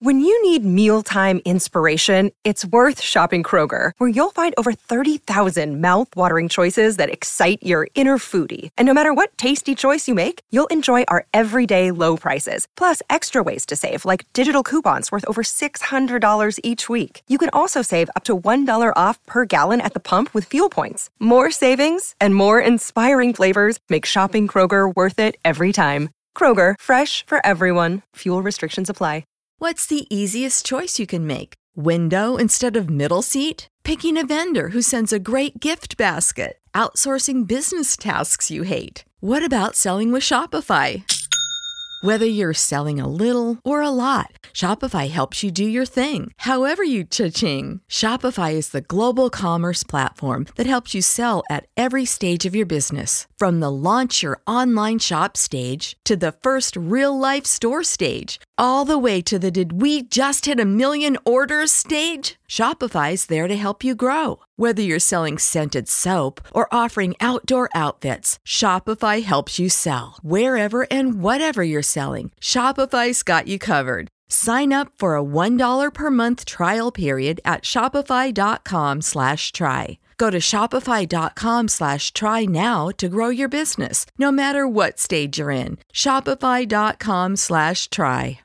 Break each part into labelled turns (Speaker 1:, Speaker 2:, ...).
Speaker 1: When you need mealtime inspiration, it's worth shopping Kroger, where you'll find over 30,000 mouth-watering choices that excite your inner foodie. And no matter what tasty choice you make, you'll enjoy our everyday low prices, plus extra ways to save, like digital coupons worth over $600 each week. You can also save up to $1 off per gallon at the pump with fuel points. More savings and more inspiring flavors make shopping Kroger worth it every time. Kroger, fresh for everyone. Fuel restrictions apply.
Speaker 2: What's the easiest choice you can make? Window instead of middle seat? Picking a vendor who sends a great gift basket? Outsourcing business tasks you hate? What about selling with Shopify? Whether you're selling a little or a lot, Shopify helps you do your thing, however you cha-ching. Shopify is the global commerce platform that helps you sell at every stage of your business. From the launch your online shop stage to the first real-life store stage, all the way to the did we just hit 1 million orders stage? Shopify's there to help you grow. Whether you're selling scented soap or offering outdoor outfits, Shopify helps you sell. Wherever and whatever you're selling, Shopify's got you covered. Sign up for a $1 per month trial period at shopify.com/try. Go to shopify.com/try now to grow your business, no matter what stage you're in. Shopify.com/try.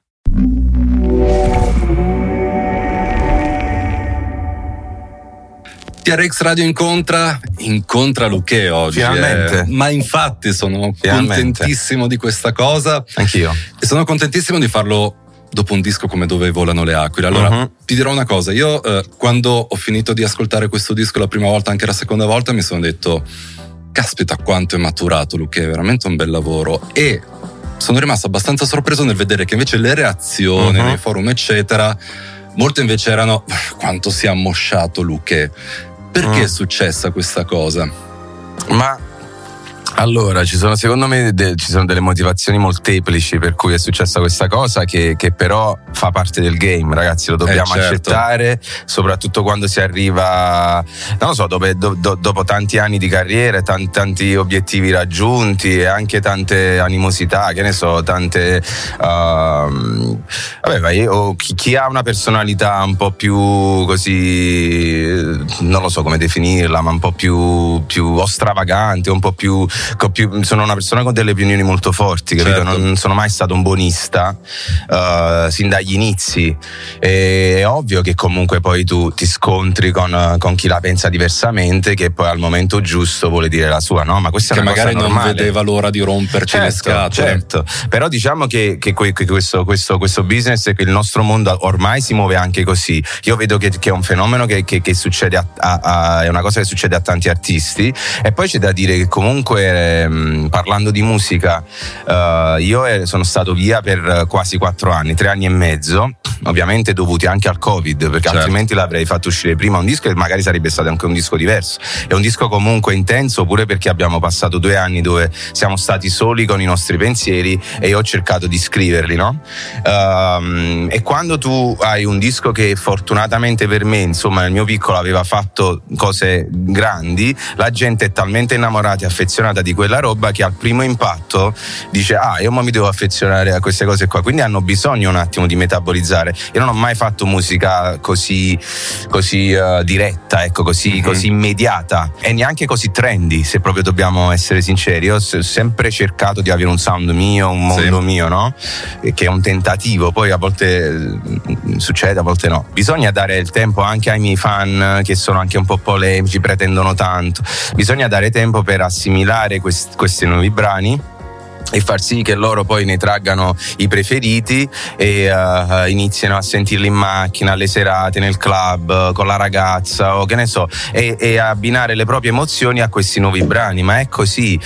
Speaker 3: TRX Radio incontra Luché oggi.
Speaker 4: Finalmente.
Speaker 3: Ma infatti sono contentissimo di questa cosa.
Speaker 4: Anch'io.
Speaker 3: E sono contentissimo di farlo dopo un disco come Dove volano le aquile. Allora, ti dirò una cosa. Io quando ho finito di ascoltare questo disco la prima volta, anche la seconda volta, mi sono detto caspita quanto è maturato Luché, è veramente un bel lavoro. E sono rimasto abbastanza sorpreso nel vedere che invece le reazioni nei forum eccetera, molte invece erano quanto si è ammosciato Luché. Perché è successa questa cosa?
Speaker 4: Ma allora, secondo me ci sono delle motivazioni molteplici per cui è successa questa cosa che però fa parte del game, ragazzi, lo dobbiamo accettare, soprattutto quando si arriva, non lo so, dopo tanti anni di carriera, tanti obiettivi raggiunti e anche tante animosità, che ne so, tante chi ha una personalità un po' più così, non lo so come definirla, ma un po' più stravagante, un po' più sono una persona con delle opinioni molto forti, capito?
Speaker 3: Certo.
Speaker 4: Non sono mai stato un buonista sin dagli inizi. È ovvio che comunque poi tu ti scontri con chi la pensa diversamente, che poi al momento giusto vuole dire la sua, no? Ma questa è una cosa normale. Che magari non vedeva l'ora di romperci le scatole. Certo. Però diciamo che questo business e che il nostro mondo ormai si muove anche così. Io vedo che è un fenomeno che succede è una cosa che succede a tanti artisti. E poi c'è da dire che comunque parlando di musica, io sono stato via per quasi 4 anni, 3 anni e mezzo, ovviamente dovuti anche al Covid, perché altrimenti l'avrei fatto uscire prima un disco e magari sarebbe stato anche un disco diverso. È un disco comunque intenso, pure perché abbiamo passato 2 anni dove siamo stati soli con i nostri pensieri e io ho cercato di scriverli, no? E quando tu hai un disco che fortunatamente per me, insomma nel mio piccolo, aveva fatto cose grandi, la gente è talmente innamorata e affezionata di quella roba che al primo impatto dice io mi devo affezionare a queste cose qua, quindi hanno bisogno un attimo di metabolizzare. Io non ho mai fatto musica così diretta, ecco, così immediata e neanche così trendy, se proprio dobbiamo essere sinceri. Io ho sempre cercato di avere un sound mio, un mondo mio, no? Che è un tentativo, poi a volte succede, a volte no. Bisogna dare il tempo anche ai miei fan, che sono anche un po' polemici, pretendono tanto. Bisogna dare tempo per assimilare questi nuovi brani e far sì che loro poi ne traggano i preferiti e iniziano a sentirli in macchina, alle serate, nel club, con la ragazza o che ne so, e abbinare le proprie emozioni a questi nuovi brani. Ma è così,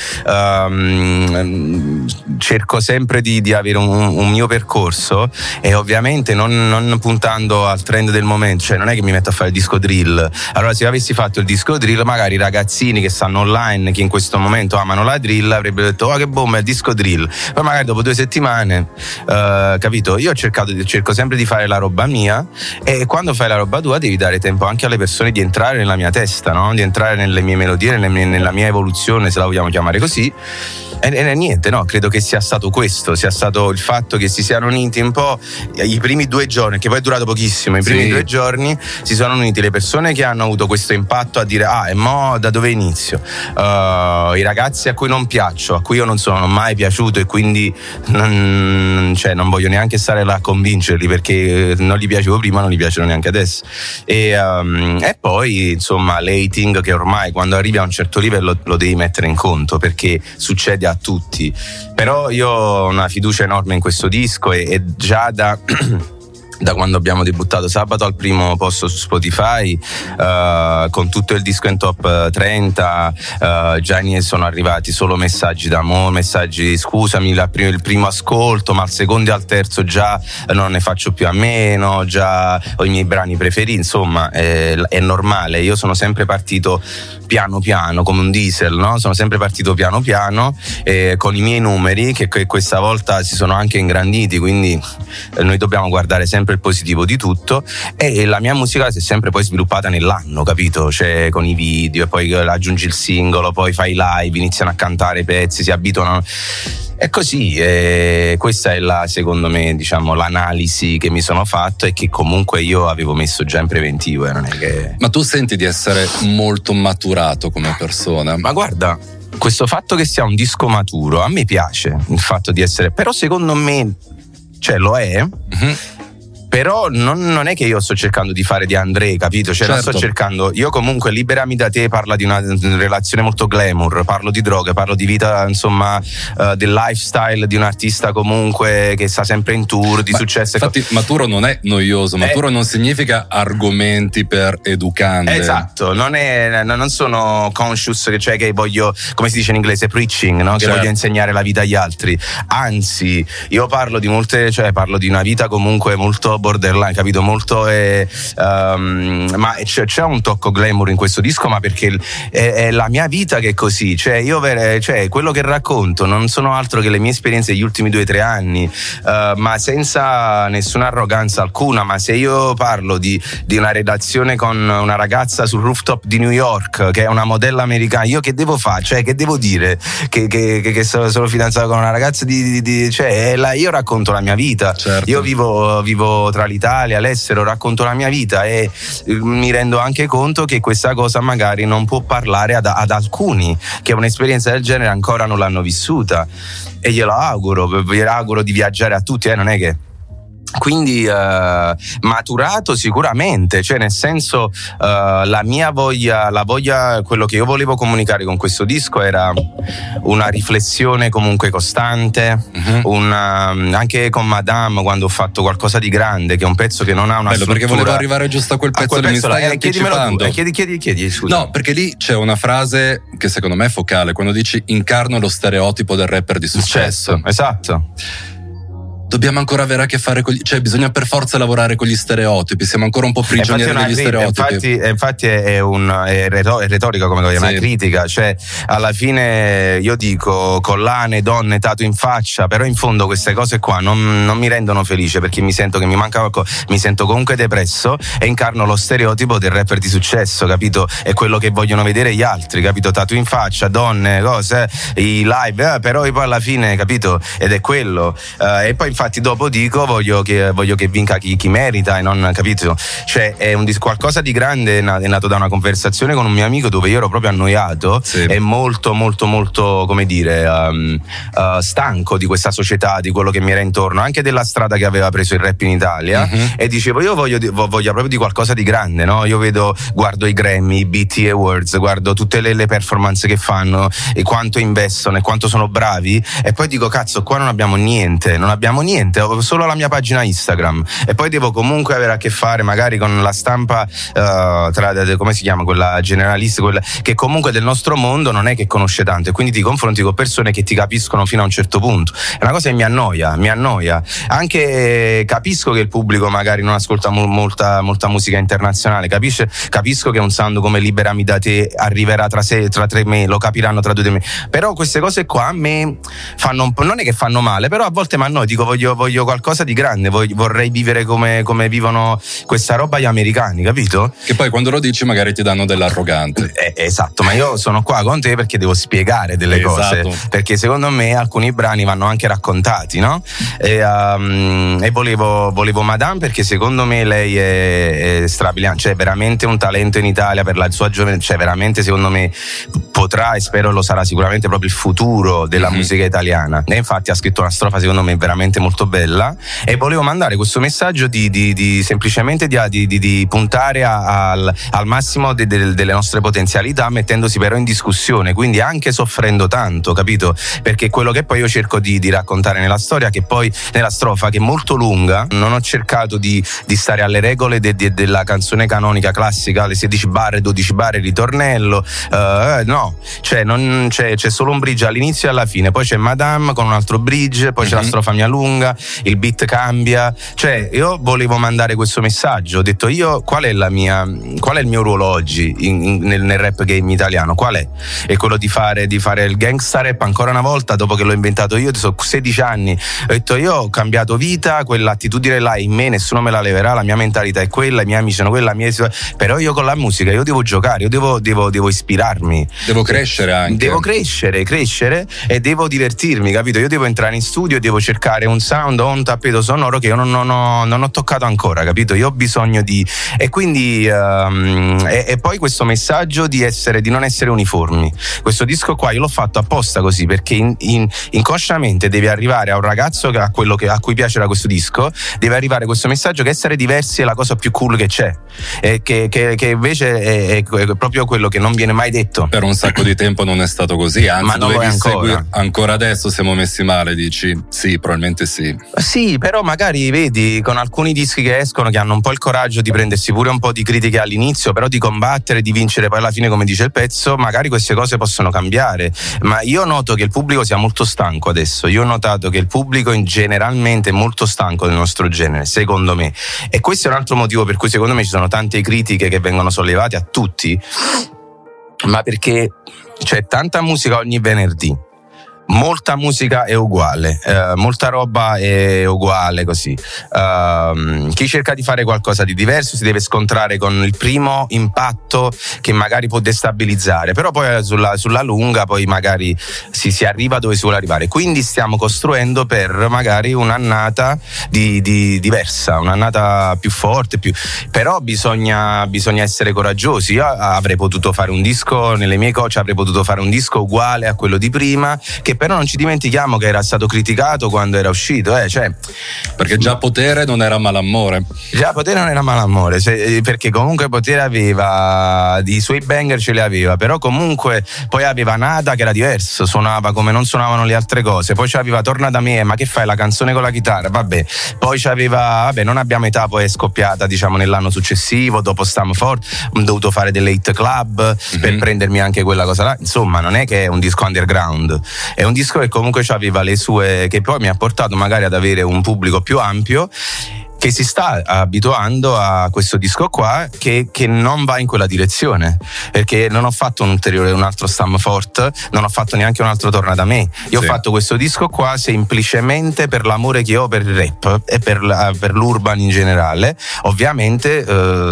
Speaker 4: cerco sempre di avere un mio percorso e ovviamente non puntando al trend del momento, cioè non è che mi metto a fare il disco drill. Allora se io avessi fatto il disco drill, magari i ragazzini che stanno online, che in questo momento amano la drill, avrebbero detto che bomba, è il disco drill. Poi magari dopo 2 settimane, capito, io cerco sempre di fare la roba mia, e quando fai la roba tua devi dare tempo anche alle persone di entrare nella mia testa, no? Di entrare nelle mie melodie, nella mia evoluzione, se la vogliamo chiamare così. Niente, no, credo che sia stato questo, sia stato il fatto che si siano uniti un po' i primi 2 giorni, che poi è durato pochissimo, i primi 2 giorni si sono uniti le persone che hanno avuto questo impatto a dire e mo da dove inizio, i ragazzi a cui non piaccio, a cui io non sono mai piaciuto e quindi non voglio neanche stare là a convincerli, perché non gli piacevo prima, non gli piacciono neanche adesso, e poi insomma l'hating, che ormai quando arrivi a un certo livello lo devi mettere in conto, perché succede a tutti. Però io ho una fiducia enorme in questo disco e già da quando abbiamo debuttato sabato al primo posto su Spotify, con tutto il disco in top 30, già sono arrivati solo messaggi d'amore, messaggi di scusami il primo ascolto, ma al secondo e al terzo già non ne faccio più a meno, già ho i miei brani preferiti, insomma è normale. Io sono sempre partito piano piano, come un diesel, no? Sono sempre partito piano piano, con i miei numeri che questa volta si sono anche ingranditi, quindi noi dobbiamo guardare sempre il positivo di tutto, e la mia musica si è sempre poi sviluppata nell'anno, capito? Cioè con i video, e poi aggiungi il singolo, poi fai live, iniziano a cantare i pezzi, si abituano. È così, questa è secondo me, diciamo, l'analisi che mi sono fatto e che comunque io avevo messo già in preventivo, non è che...
Speaker 3: Ma tu senti di essere molto maturato come persona?
Speaker 4: Ma guarda, questo fatto che sia un disco maturo, a me piace il fatto di essere, però secondo me, cioè lo è, però non è che io sto cercando di fare di André, capito? Cioè
Speaker 3: certo.
Speaker 4: Non sto cercando, io comunque Liberami da te parla di una relazione molto glamour, parlo di droghe, parlo di vita, insomma, del lifestyle di un artista comunque che sta sempre in tour, di successo.
Speaker 3: Infatti maturo non è noioso, maturo non significa argomenti per educande.
Speaker 4: Esatto, non sono conscious, cioè che voglio, come si dice in inglese, preaching, no? Che voglio insegnare la vita agli altri. Anzi, io parlo di parlo di una vita comunque molto borderline, capito? Molto ma c'è un tocco glamour in questo disco, ma perché è la mia vita che è così, cioè io quello che racconto non sono altro che le mie esperienze degli ultimi 2 o 3 anni, ma senza nessuna arroganza alcuna. Ma se io parlo di una relazione con una ragazza sul rooftop di New York che è una modella americana, io che devo fare? Cioè che devo dire? Che sono fidanzato con una ragazza io racconto la mia vita, certo. Io vivo tra l'Italia e l'estero, racconto la mia vita e mi rendo anche conto che questa cosa magari non può parlare ad alcuni che un'esperienza del genere ancora non l'hanno vissuta, e glielo auguro di viaggiare a tutti, non è che... Quindi maturato sicuramente, cioè nel senso la mia voglia, quello che io volevo comunicare con questo disco era una riflessione comunque costante, anche con Madame, quando ho fatto qualcosa di grande, che è un pezzo che non ha una
Speaker 3: bello,
Speaker 4: struttura.
Speaker 3: Perché volevo arrivare giusto a quel pezzo che mi stai anticipando.
Speaker 4: Chiedi, scusa.
Speaker 3: No, perché lì c'è una frase che secondo me è focale, quando dici incarno lo stereotipo del rapper di successo.
Speaker 4: Esatto.
Speaker 3: Dobbiamo ancora avere a che fare con cioè bisogna per forza lavorare con gli stereotipi, siamo ancora un po' prigionieri degli stereotipi.
Speaker 4: Infatti è retorica, come lo chiamo, una critica, cioè alla fine io dico collane, donne, tatu in faccia, però in fondo queste cose qua non mi rendono felice, perché mi sento che mi manca qualcosa, mi sento comunque depresso e incarno lo stereotipo del rapper di successo, capito? È quello che vogliono vedere gli altri, capito? Tatu in faccia, donne, cose, i live, però poi alla fine, capito? Ed è quello, e poi infatti dopo dico voglio che vinca chi merita, e non, capito? Cioè è qualcosa di grande, è nato da una conversazione con un mio amico dove io ero proprio annoiato, sì. E molto molto molto, come dire, stanco di questa società, di quello che mi era intorno, anche della strada che aveva preso il rap in Italia, e dicevo io voglio proprio di qualcosa di grande, no? Io guardo i Grammy, i BET Awards, guardo tutte le performance che fanno e quanto investono e quanto sono bravi, e poi dico cazzo, qua non abbiamo niente, ho solo la mia pagina Instagram, e poi devo comunque avere a che fare magari con la stampa come si chiama, quella generalista, quella che comunque del nostro mondo non è che conosce tanto, e quindi ti confronti con persone che ti capiscono fino a un certo punto. È una cosa che mi annoia. Anche capisco che il pubblico magari non ascolta molta musica internazionale, capisco che un sound come Liberami da te arriverà tra 3 mesi, lo capiranno tra 2 mesi, però queste cose qua a me fanno un po', non è che fanno male, però a volte mi annoio, dico voglio qualcosa di grande, vorrei vivere come vivono questa roba gli americani, capito?
Speaker 3: Che poi quando lo dici magari ti danno dell'arrogante.
Speaker 4: Esatto, ma io sono qua con te perché devo spiegare delle cose, perché secondo me alcuni brani vanno anche raccontati, no? E volevo Madame perché secondo me lei è strabiliante, cioè veramente un talento in Italia per la sua giovane, cioè veramente secondo me potrà, e spero lo sarà sicuramente, proprio il futuro della musica italiana. E infatti ha scritto una strofa secondo me veramente molto bella, e volevo mandare questo messaggio di semplicemente di puntare al massimo delle nostre potenzialità, mettendosi però in discussione, quindi anche soffrendo tanto, capito? Perché quello che poi io cerco di raccontare nella storia, che poi nella strofa, che è molto lunga, non ho cercato di stare alle regole della canzone canonica classica, le 16 barre, 12 barre, ritornello, no, cioè non c'è solo un bridge all'inizio e alla fine, poi c'è Madame con un altro bridge, poi c'è la strofa mia lunga, il beat cambia, cioè io volevo mandare questo messaggio, ho detto io qual è il mio ruolo oggi nel rap game italiano, qual è? È quello di fare il gangsta rap ancora una volta, dopo che l'ho inventato io, sono 16 anni, ho detto io ho cambiato vita, quell'attitudine là in me nessuno me la leverà, la mia mentalità è quella, i miei amici sono quella, però io con la musica io devo giocare, io devo ispirarmi,
Speaker 3: devo crescere anche,
Speaker 4: devo crescere e devo divertirmi, capito? Io devo entrare in studio e devo cercare un sound o un tappeto sonoro che io non ho toccato ancora, capito? Io ho bisogno di, e quindi e poi questo messaggio di non essere uniformi. Questo disco qua io l'ho fatto apposta così, perché inconsciamente deve arrivare a un ragazzo a cui piacerà questo disco, deve arrivare questo messaggio che essere diversi è la cosa più cool che c'è, e che invece è proprio quello che non viene mai detto.
Speaker 3: Per un sacco di tempo non è stato così, anzi
Speaker 4: ma non
Speaker 3: dovevi ancora adesso siamo messi male, dici? Sì, probabilmente sì.
Speaker 4: Sì, però magari vedi con alcuni dischi che escono, che hanno un po' il coraggio di prendersi pure un po' di critiche all'inizio, però di combattere, di vincere poi alla fine, come dice il pezzo, magari queste cose possono cambiare. Ma io noto che il pubblico sia molto stanco adesso, io ho notato che il pubblico generalmente è molto stanco del nostro genere, secondo me, e questo è un altro motivo per cui secondo me ci sono tante critiche che vengono sollevate a tutti, ma perché c'è tanta musica ogni venerdì, molta musica è uguale, molta roba è uguale così. Chi cerca di fare qualcosa di diverso si deve scontrare con il primo impatto che magari può destabilizzare, però poi sulla lunga poi magari si arriva dove si vuole arrivare. Quindi stiamo costruendo per magari un'annata diversa, un'annata più forte, però bisogna essere coraggiosi. Io avrei potuto fare un disco, nelle mie coach avrei potuto fare un disco uguale a quello di prima, che però non ci dimentichiamo che era stato criticato quando era uscito, cioè,
Speaker 3: perché già Potere non era Malamore.
Speaker 4: Perché comunque Potere aveva i suoi banger, ce li aveva, però comunque poi aveva Nada che era diverso, suonava come non suonavano le altre cose, poi c'aveva Torna da me, ma che fai, la canzone con la chitarra, poi c'aveva, Non abbiamo età, poi è scoppiata diciamo nell'anno successivo, dopo Stamford ho dovuto fare delle hit club per prendermi anche quella cosa là, insomma non è che è un disco underground, è un disco che comunque aveva le sue, che poi mi ha portato magari ad avere un pubblico più ampio, che si sta abituando a questo disco qua, che non va in quella direzione, perché non ho fatto un altro Stamford, non ho fatto neanche un altro Torna da me, io ho fatto questo disco qua semplicemente per l'amore che ho per il rap e per l'urban in generale, ovviamente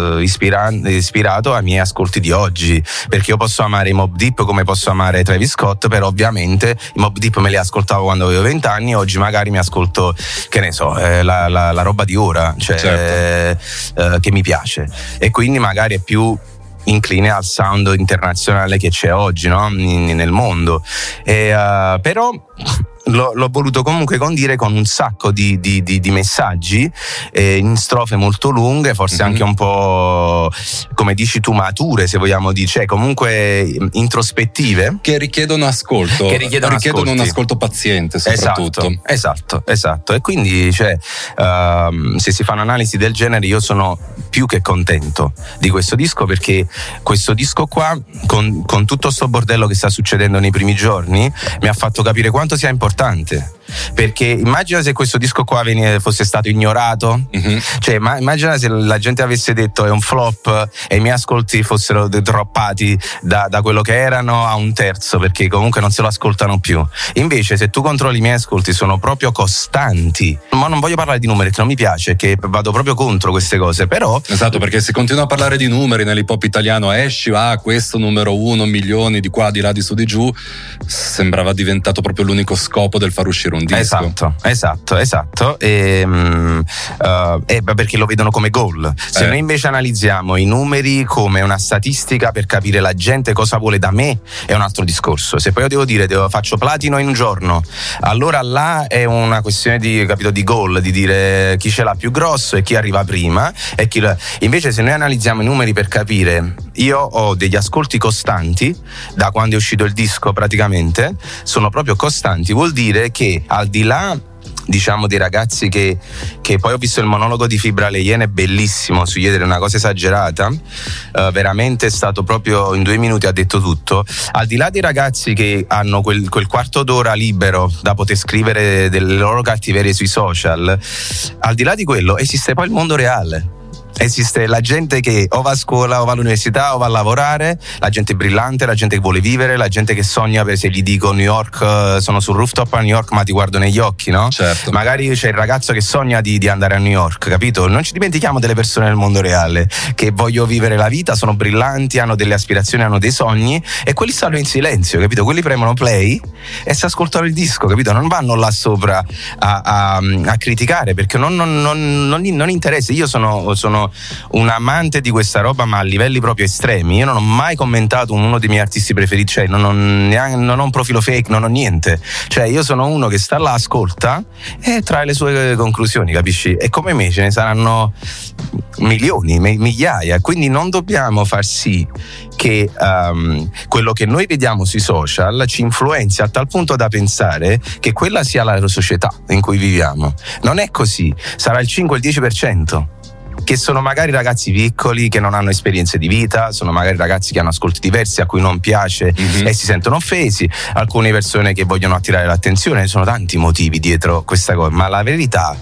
Speaker 4: ispirato ai miei ascolti di oggi, perché io posso amare i Mobb Deep come posso amare Travis Scott, però ovviamente i Mobb Deep me li ascoltavo quando avevo 20 anni, oggi magari mi ascolto, che ne so, la roba di ora, che mi piace, e quindi magari è più incline al sound internazionale che c'è oggi, no? Nel mondo, però l'ho voluto comunque condire con un sacco di messaggi in strofe molto lunghe, forse anche un po', come dici tu, mature, se vogliamo dire, cioè comunque introspettive,
Speaker 3: che richiedono ascolto, richiedono un ascolto paziente soprattutto.
Speaker 4: Esatto, e quindi se si fa un'analisi del genere io sono più che contento di questo disco, perché questo disco qua con tutto sto bordello che sta succedendo nei primi giorni mi ha fatto capire quanto sia importante perché immagina se questo disco qua fosse stato ignorato, cioè immagina se la gente avesse detto è un flop e i miei ascolti fossero droppati da quello che erano a un terzo, perché comunque non se lo ascoltano più. Invece se tu controlli i miei ascolti sono proprio costanti, ma non voglio parlare di numeri che non mi piace, che vado proprio contro queste cose, però
Speaker 3: esatto, perché se continua a parlare di numeri nell'hip hop italiano, esci, questo numero 1, milioni di qua, di là, di su, di giù, sembrava diventato proprio l'unico scopo del far uscire un disco.
Speaker 4: Esatto. Perché lo vedono come goal. Se noi invece analizziamo i numeri come una statistica per capire la gente cosa vuole da me, è un altro discorso. Se poi io devo dire faccio platino in un giorno, allora là è una questione di goal, di dire chi ce l'ha più grosso e chi arriva prima e invece se noi analizziamo i numeri per capire, io ho degli ascolti costanti da quando è uscito il disco, praticamente sono proprio costanti, vuol dire che al di là diciamo dei ragazzi che poi ho visto il monologo di Fibra Leiene, bellissimo su Ieder, una cosa esagerata, veramente è stato proprio in 2 minuti ha detto tutto. Al di là dei ragazzi che hanno quel quarto d'ora libero da poter scrivere delle loro cattiverie sui social, al di là di quello esiste poi il mondo reale. Esiste la gente che o va a scuola o va all'università o va a lavorare, la gente brillante, la gente che vuole vivere, la gente che sogna, per se gli dico New York, sono sul rooftop a New York ma ti guardo negli occhi, no?
Speaker 3: Certo.
Speaker 4: Magari c'è il ragazzo che sogna di andare a New York, capito? Non ci dimentichiamo delle persone nel mondo reale che vogliono vivere la vita, sono brillanti, hanno delle aspirazioni, hanno dei sogni, e quelli stanno in silenzio, capito? Quelli premono play e si ascoltano il disco, capito? Non vanno là sopra a criticare, perché non interessa. Io sono un amante di questa roba, ma a livelli proprio estremi. Io non ho mai commentato uno dei miei artisti preferiti, cioè non ho un profilo fake, non ho niente, cioè io sono uno che sta là, ascolta e trae le sue conclusioni, capisci? E come me ce ne saranno milioni, migliaia, quindi non dobbiamo far sì che quello che noi vediamo sui social ci influenzi a tal punto da pensare che quella sia la società in cui viviamo. Non è così, sarà il 5 o il 10%. Che sono magari ragazzi piccoli che non hanno esperienze di vita, sono magari ragazzi che hanno ascolti diversi, a cui non piace e si sentono offesi, alcune persone che vogliono attirare l'attenzione. Ci sono tanti motivi dietro questa cosa, ma la verità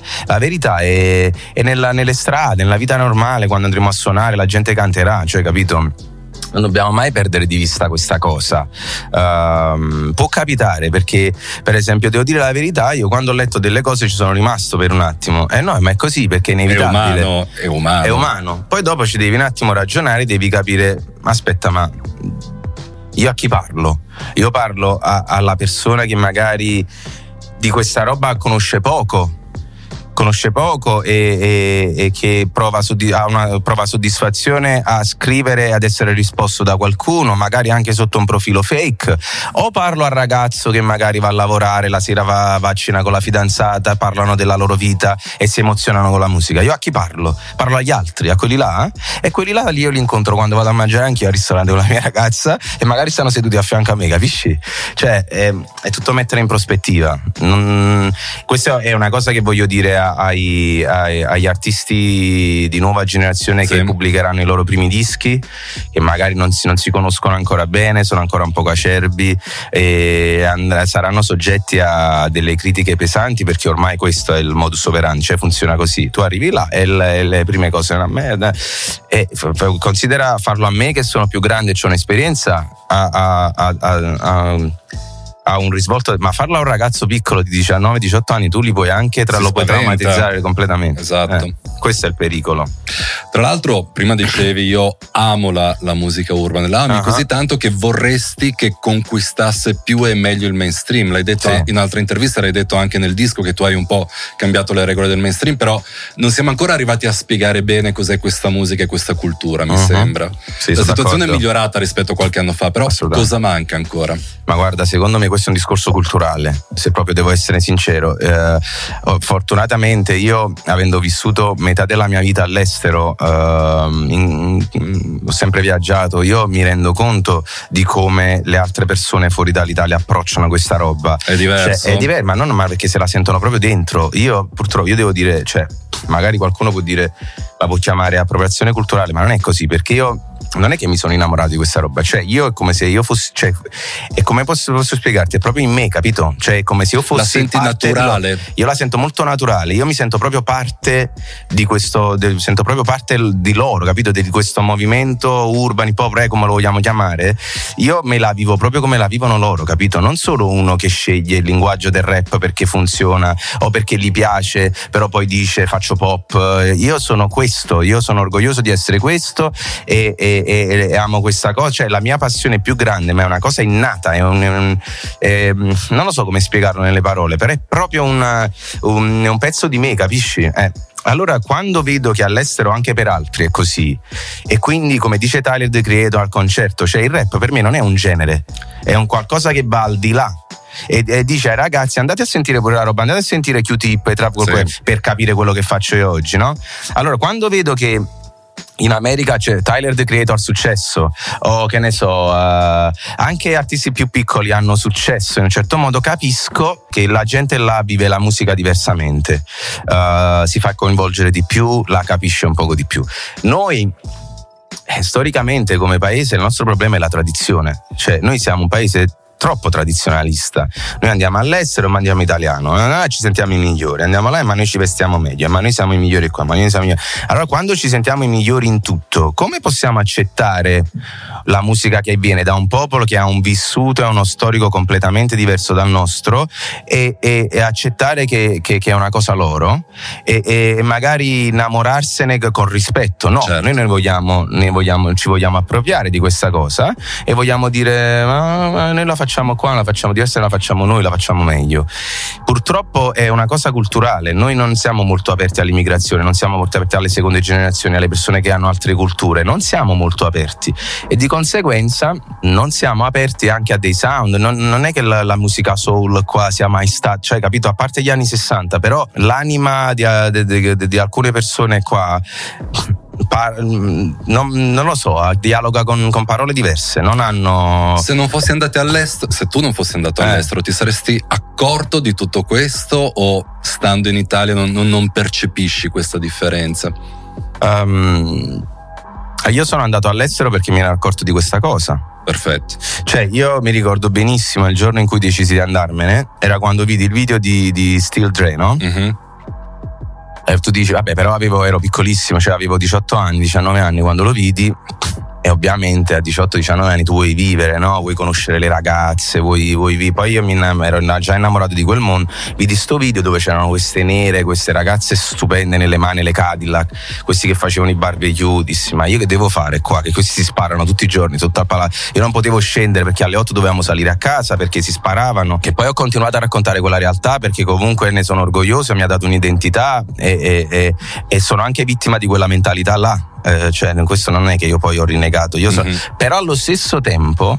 Speaker 4: è nelle strade, nella vita normale, quando andremo a suonare la gente canterà, cioè, capito? Non dobbiamo mai perdere di vista questa cosa. Può capitare, perché per esempio devo dire la verità, io quando ho letto delle cose ci sono rimasto per un attimo, no, ma è così, perché è inevitabile, è umano. Poi dopo ci devi un attimo ragionare, devi capire, aspetta, ma io a chi parlo? Io parlo alla persona che magari di questa roba conosce poco e che prova soddisfazione a scrivere, ad essere risposto da qualcuno, magari anche sotto un profilo fake, o parlo al ragazzo che magari va a lavorare, la sera va a cena con la fidanzata, parlano della loro vita e si emozionano con la musica. Io a chi parlo? Parlo agli altri, a quelli là, e quelli là io li incontro quando vado a mangiare anche io al ristorante con la mia ragazza e magari stanno seduti a fianco a me, capisci? Cioè è tutto mettere in prospettiva. Questa è una cosa che voglio dire agli artisti di nuova generazione che pubblicheranno i loro primi dischi, che magari non si conoscono ancora bene, sono ancora un poco acerbi e saranno soggetti a delle critiche pesanti, perché ormai questo è il modus operandi, cioè funziona così. Tu arrivi là e le prime cose sono una merda, e considera farlo a me che sono più grande e ho un'esperienza ha un risvolto, ma farlo a un ragazzo piccolo di 19-18 anni tu li puoi anche lo puoi traumatizzare completamente.
Speaker 3: Esatto.
Speaker 4: Questo è il pericolo.
Speaker 3: Tra l'altro prima dicevi io amo la musica urban, la ami così tanto che vorresti che conquistasse più e meglio il mainstream. L'hai detto in altre interviste, l'hai detto anche nel disco che tu hai un po' cambiato le regole del mainstream, però non siamo ancora arrivati a spiegare bene cos'è questa musica e questa cultura, mi sembra. Sì, la situazione è migliorata rispetto a qualche anno fa, però cosa manca ancora?
Speaker 4: Ma guarda, secondo me questo è un discorso culturale, se proprio devo essere sincero. Fortunatamente io, avendo vissuto metà della mia vita all'estero, ho sempre viaggiato, io mi rendo conto di come le altre persone fuori dall'Italia approcciano questa roba.
Speaker 3: È diverso?
Speaker 4: Cioè, è diverso, ma non perché se la sentono proprio dentro. Purtroppo io devo dire, cioè magari qualcuno può dire, la può chiamare appropriazione culturale, ma non è così, perché io non è che mi sono innamorato di questa roba, cioè io è come se io fossi, cioè è come posso spiegarti, è proprio in me, capito? Cioè è come se io fossi,
Speaker 3: la senti naturale,
Speaker 4: io la sento molto naturale, io mi sento proprio parte di questo, sento proprio parte di loro, capito? Di questo movimento urban hip hop, come lo vogliamo chiamare, io me la vivo proprio come la vivono loro, capito? Non solo uno che sceglie il linguaggio del rap perché funziona o perché gli piace, però poi dice faccio pop. Io sono questo, io sono orgoglioso di essere questo e amo questa cosa, cioè la mia passione più grande, ma è una cosa innata, è non lo so come spiegarlo nelle parole, però è proprio un pezzo di me, capisci? Allora quando vedo che all'estero anche per altri è così, e quindi come dice Tyler The Creator al concerto, cioè il rap per me non è un genere, è un qualcosa che va al di là. E dice ai ragazzi andate a sentire pure la roba, andate a sentire Q-Tip e Trap per capire quello che faccio io oggi, no? Allora quando vedo che in America c'è Tyler The Creator ha successo, o che ne so, anche artisti più piccoli hanno successo in un certo modo, capisco che la gente là vive la musica diversamente, si fa coinvolgere di più, la capisce un poco di più. Noi storicamente come paese il nostro problema è la tradizione, cioè noi siamo un paese troppo tradizionalista, noi andiamo all'estero ma andiamo italiano, ci sentiamo i migliori, andiamo là ma noi ci vestiamo meglio, ma noi siamo i migliori qua, ma noi siamo i migliori. Allora quando ci sentiamo i migliori in tutto, come possiamo accettare la musica che viene da un popolo che ha un vissuto e uno storico completamente diverso dal nostro e accettare che è una cosa loro e magari innamorarsene con rispetto? No, certo. Noi ci vogliamo appropriare di questa cosa e vogliamo dire ma noi la facciamo qua, la facciamo diversa, la facciamo noi, la facciamo meglio. Purtroppo è una cosa culturale, noi non siamo molto aperti all'immigrazione, non siamo molto aperti alle seconde generazioni, alle persone che hanno altre culture, non siamo molto aperti e di conseguenza non siamo aperti anche a dei sound. Non è che la musica soul qua sia mai stata, cioè capito, a parte gli anni 60, però l'anima di alcune persone qua non lo so, dialoga con parole diverse, non hanno.
Speaker 3: Se non fossi andati all'estero, se tu non fossi andato all'estero, ti saresti accorto di tutto questo o stando in Italia non percepisci questa differenza?
Speaker 4: Io sono andato all'estero perché mi ero accorto di questa cosa.
Speaker 3: Perfetto.
Speaker 4: Cioè io mi ricordo benissimo il giorno in cui decisi di andarmene, era quando vidi il video di Still Dre, no? Mm-hmm. E tu dici vabbè, però ero piccolissimo, cioè avevo 18 anni, 19 anni quando lo vidi, e ovviamente a 18-19 anni tu vuoi vivere, no? Vuoi conoscere le ragazze, vuoi poi io ero già innamorato di quel mondo. Vidi sto video dove c'erano queste nere, queste ragazze stupende nelle mani, le Cadillac, questi che facevano i barbecue, dissi ma io che devo fare qua? Che questi si sparano tutti i giorni sotto al palazzo. Io non potevo scendere perché alle 8 dovevamo salire a casa perché si sparavano, che poi ho continuato a raccontare quella realtà perché comunque ne sono orgoglioso, mi ha dato un'identità e sono anche vittima di quella mentalità là. Cioè questo non è che io poi ho rinnegato, però allo stesso tempo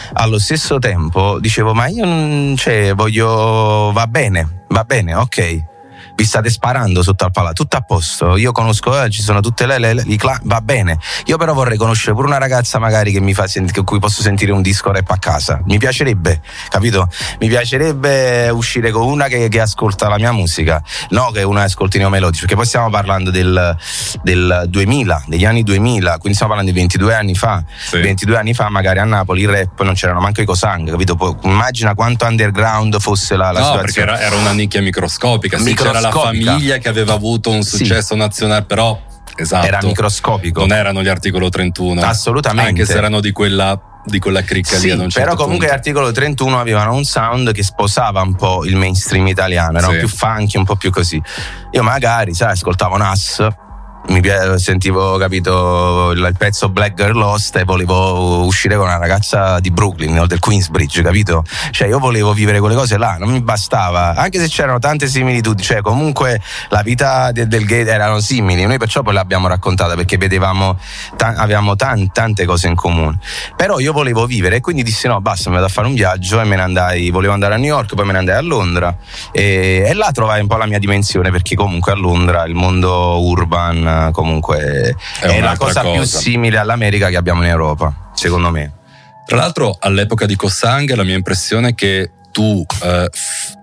Speaker 4: dicevo ma io voglio, va bene, ok, vi state sparando sotto al palazzo, tutto a posto, io conosco, ci sono tutte i clan, va bene, io però vorrei conoscere pure una ragazza magari che mi fa con cui posso sentire un disco rap a casa, mi piacerebbe, capito? Mi piacerebbe uscire con una che ascolta la mia musica, no che una ascolti neomelodici, perché poi stiamo parlando del 2000, degli anni 2000, quindi stiamo parlando di 22 anni fa. Sì. 22 anni fa magari a Napoli il rap non c'erano manco i Cosang, capito? Poi, immagina quanto underground fosse la situazione.
Speaker 3: Perché era una nicchia microscopica. Sì, c'era la famiglia che aveva avuto un successo nazionale, però esatto,
Speaker 4: era microscopico.
Speaker 3: Non erano gli Articolo 31.
Speaker 4: Assolutamente.
Speaker 3: Anche se erano di quella cricca lì ad un certo
Speaker 4: però comunque
Speaker 3: punto.
Speaker 4: Articolo 31 avevano un sound che sposava un po' il mainstream italiano, erano più funky, un po' più così. Io magari, ascoltavo Nas, sentivo, capito, il pezzo Black Girl Lost e volevo uscire con una ragazza di Brooklyn o del Queensbridge, capito? Cioè io volevo vivere quelle cose là, non mi bastava, anche se c'erano tante similitudini, cioè comunque la vita del gay erano simili, noi perciò poi l'abbiamo raccontata perché vedevamo avevamo tante cose in comune, però io volevo vivere e quindi dissi no, basta, mi vado a fare un viaggio e volevo andare a New York, poi me ne andai a Londra e là trovai un po' la mia dimensione, perché comunque a Londra il mondo urban comunque è la cosa più simile all'America che abbiamo in Europa, secondo me.
Speaker 3: Tra l'altro all'epoca di Cosang la mia impressione è che tu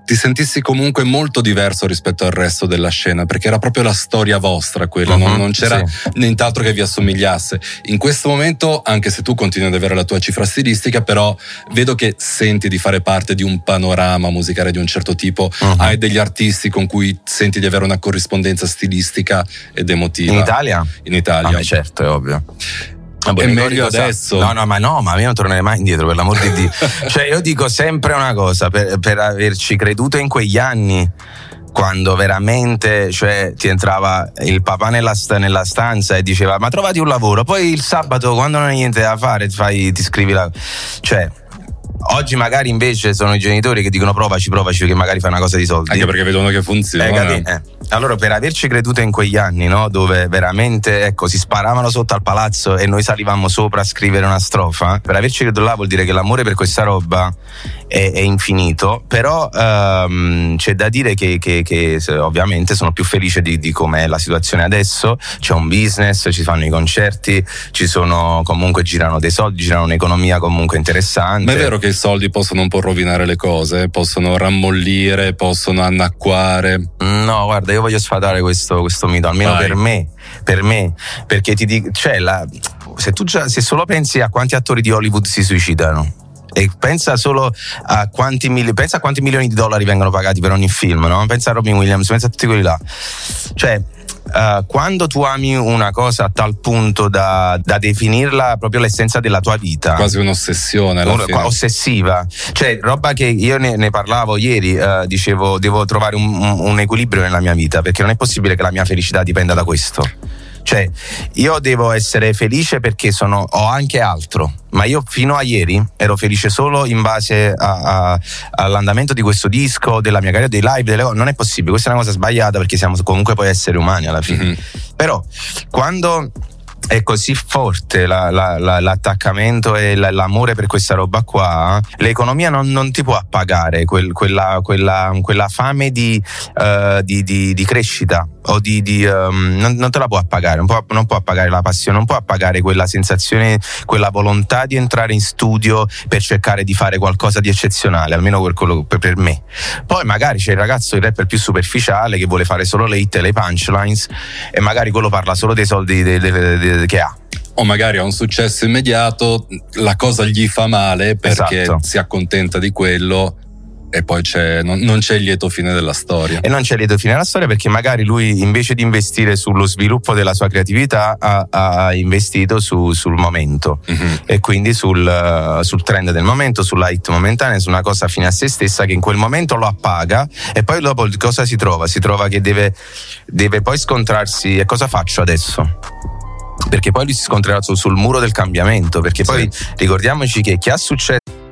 Speaker 3: ti sentissi comunque molto diverso rispetto al resto della scena, perché era proprio la storia vostra quella, non c'era nient'altro che vi assomigliasse. In questo momento, anche se tu continui ad avere la tua cifra stilistica, però vedo che senti di fare parte di un panorama musicale di un certo tipo, hai degli artisti con cui senti di avere una corrispondenza stilistica ed emotiva.
Speaker 4: In Italia?
Speaker 3: In Italia.
Speaker 4: No, certo, è ovvio.
Speaker 3: È meglio adesso.
Speaker 4: No, ma io non tornerei mai indietro, per l'amor di Dio. Cioè, io dico sempre una cosa, per averci creduto in quegli anni, quando veramente, cioè, ti entrava il papà nella stanza e diceva ma trovati un lavoro, poi il sabato quando non hai niente da fare ti scrivi cioè, oggi magari invece sono i genitori che dicono provaci che magari fai una cosa di soldi,
Speaker 3: anche perché vedono che funziona.
Speaker 4: Allora, per averci creduto in quegli anni, no, dove veramente, ecco, si sparavano sotto al palazzo e noi salivamo sopra a scrivere una strofa, per averci creduto là vuol dire che l'amore per questa roba è infinito. Però c'è da dire che ovviamente sono più felice di com'è la situazione adesso. C'è un business, ci fanno i concerti, ci sono, comunque girano dei soldi, girano un'economia comunque interessante.
Speaker 3: Ma è vero che i soldi possono un po' rovinare le cose, possono rammollire, possono annacquare.
Speaker 4: No, guarda, io voglio sfatare questo mito, almeno per me, perché ti dico, cioè, se solo pensi a quanti attori di Hollywood si suicidano e pensa solo a quanti milioni di dollari vengono pagati per ogni film, no? Pensa a Robin Williams, pensa a tutti quelli là, cioè quando tu ami una cosa a tal punto da definirla proprio l'essenza della tua vita,
Speaker 3: quasi un'ossessione
Speaker 4: ossessiva, cioè roba che io ne parlavo ieri, dicevo devo trovare un equilibrio nella mia vita, perché non è possibile che la mia felicità dipenda da questo. Cioè, io devo essere felice perché ho anche altro, ma io fino a ieri ero felice solo in base all'andamento di questo disco, della mia carriera, dei live, delle cose. Non è possibile, questa è una cosa sbagliata, perché siamo comunque poi esseri umani alla fine. Però quando è così forte l'attaccamento e l'amore per questa roba qua, l'economia non ti può appagare quella fame di crescita, o non te la può appagare, non può appagare la passione, non può appagare quella sensazione, quella volontà di entrare in studio per cercare di fare qualcosa di eccezionale, almeno per me. Poi magari c'è il ragazzo, il rapper più superficiale, che vuole fare solo le hit e le punchlines, e magari quello parla solo dei soldi che ha.
Speaker 3: O magari ha un successo immediato, la cosa gli fa male perché si accontenta di quello, e poi non c'è il lieto fine della storia.
Speaker 4: E non c'è il lieto fine della storia perché magari lui, invece di investire sullo sviluppo della sua creatività, ha investito sul momento, e quindi sul trend del momento, sulla hit momentanea, su una cosa fine a se stessa che in quel momento lo appaga, e poi dopo cosa si trova? Si trova che deve poi scontrarsi, e cosa faccio adesso? Perché poi lui si scontrerà sul muro del cambiamento, perché poi ricordiamoci che chi ha successo.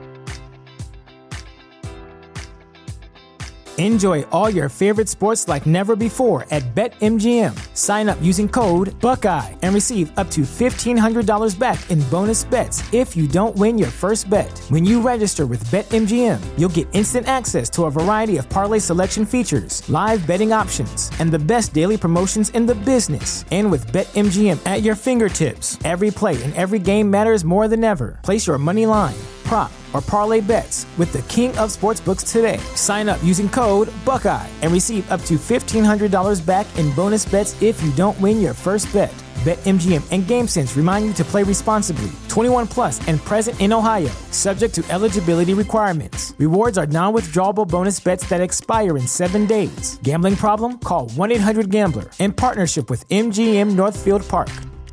Speaker 5: Enjoy all your favorite sports like never before at BetMGM. Sign up using code Buckeye and receive up to $1,500 back in bonus bets if you don't win your first bet. When you register with BetMGM, you'll get instant access to a variety of parlay selection features, live betting options, and the best daily promotions in the business. And with BetMGM at your fingertips, every play and every game matters more than ever. Place your money line, prop, or parlay bets with the king of sportsbooks today. Sign up using code Buckeye and receive up to $1,500 back in bonus bets if you don't win your first bet. BetMGM and GameSense remind you to play responsibly. 21 plus and present in Ohio, subject to eligibility requirements. Rewards are non-withdrawable bonus bets that expire in 7 days. Gambling problem? Call 1-800-GAMBLER. In partnership with MGM Northfield Park.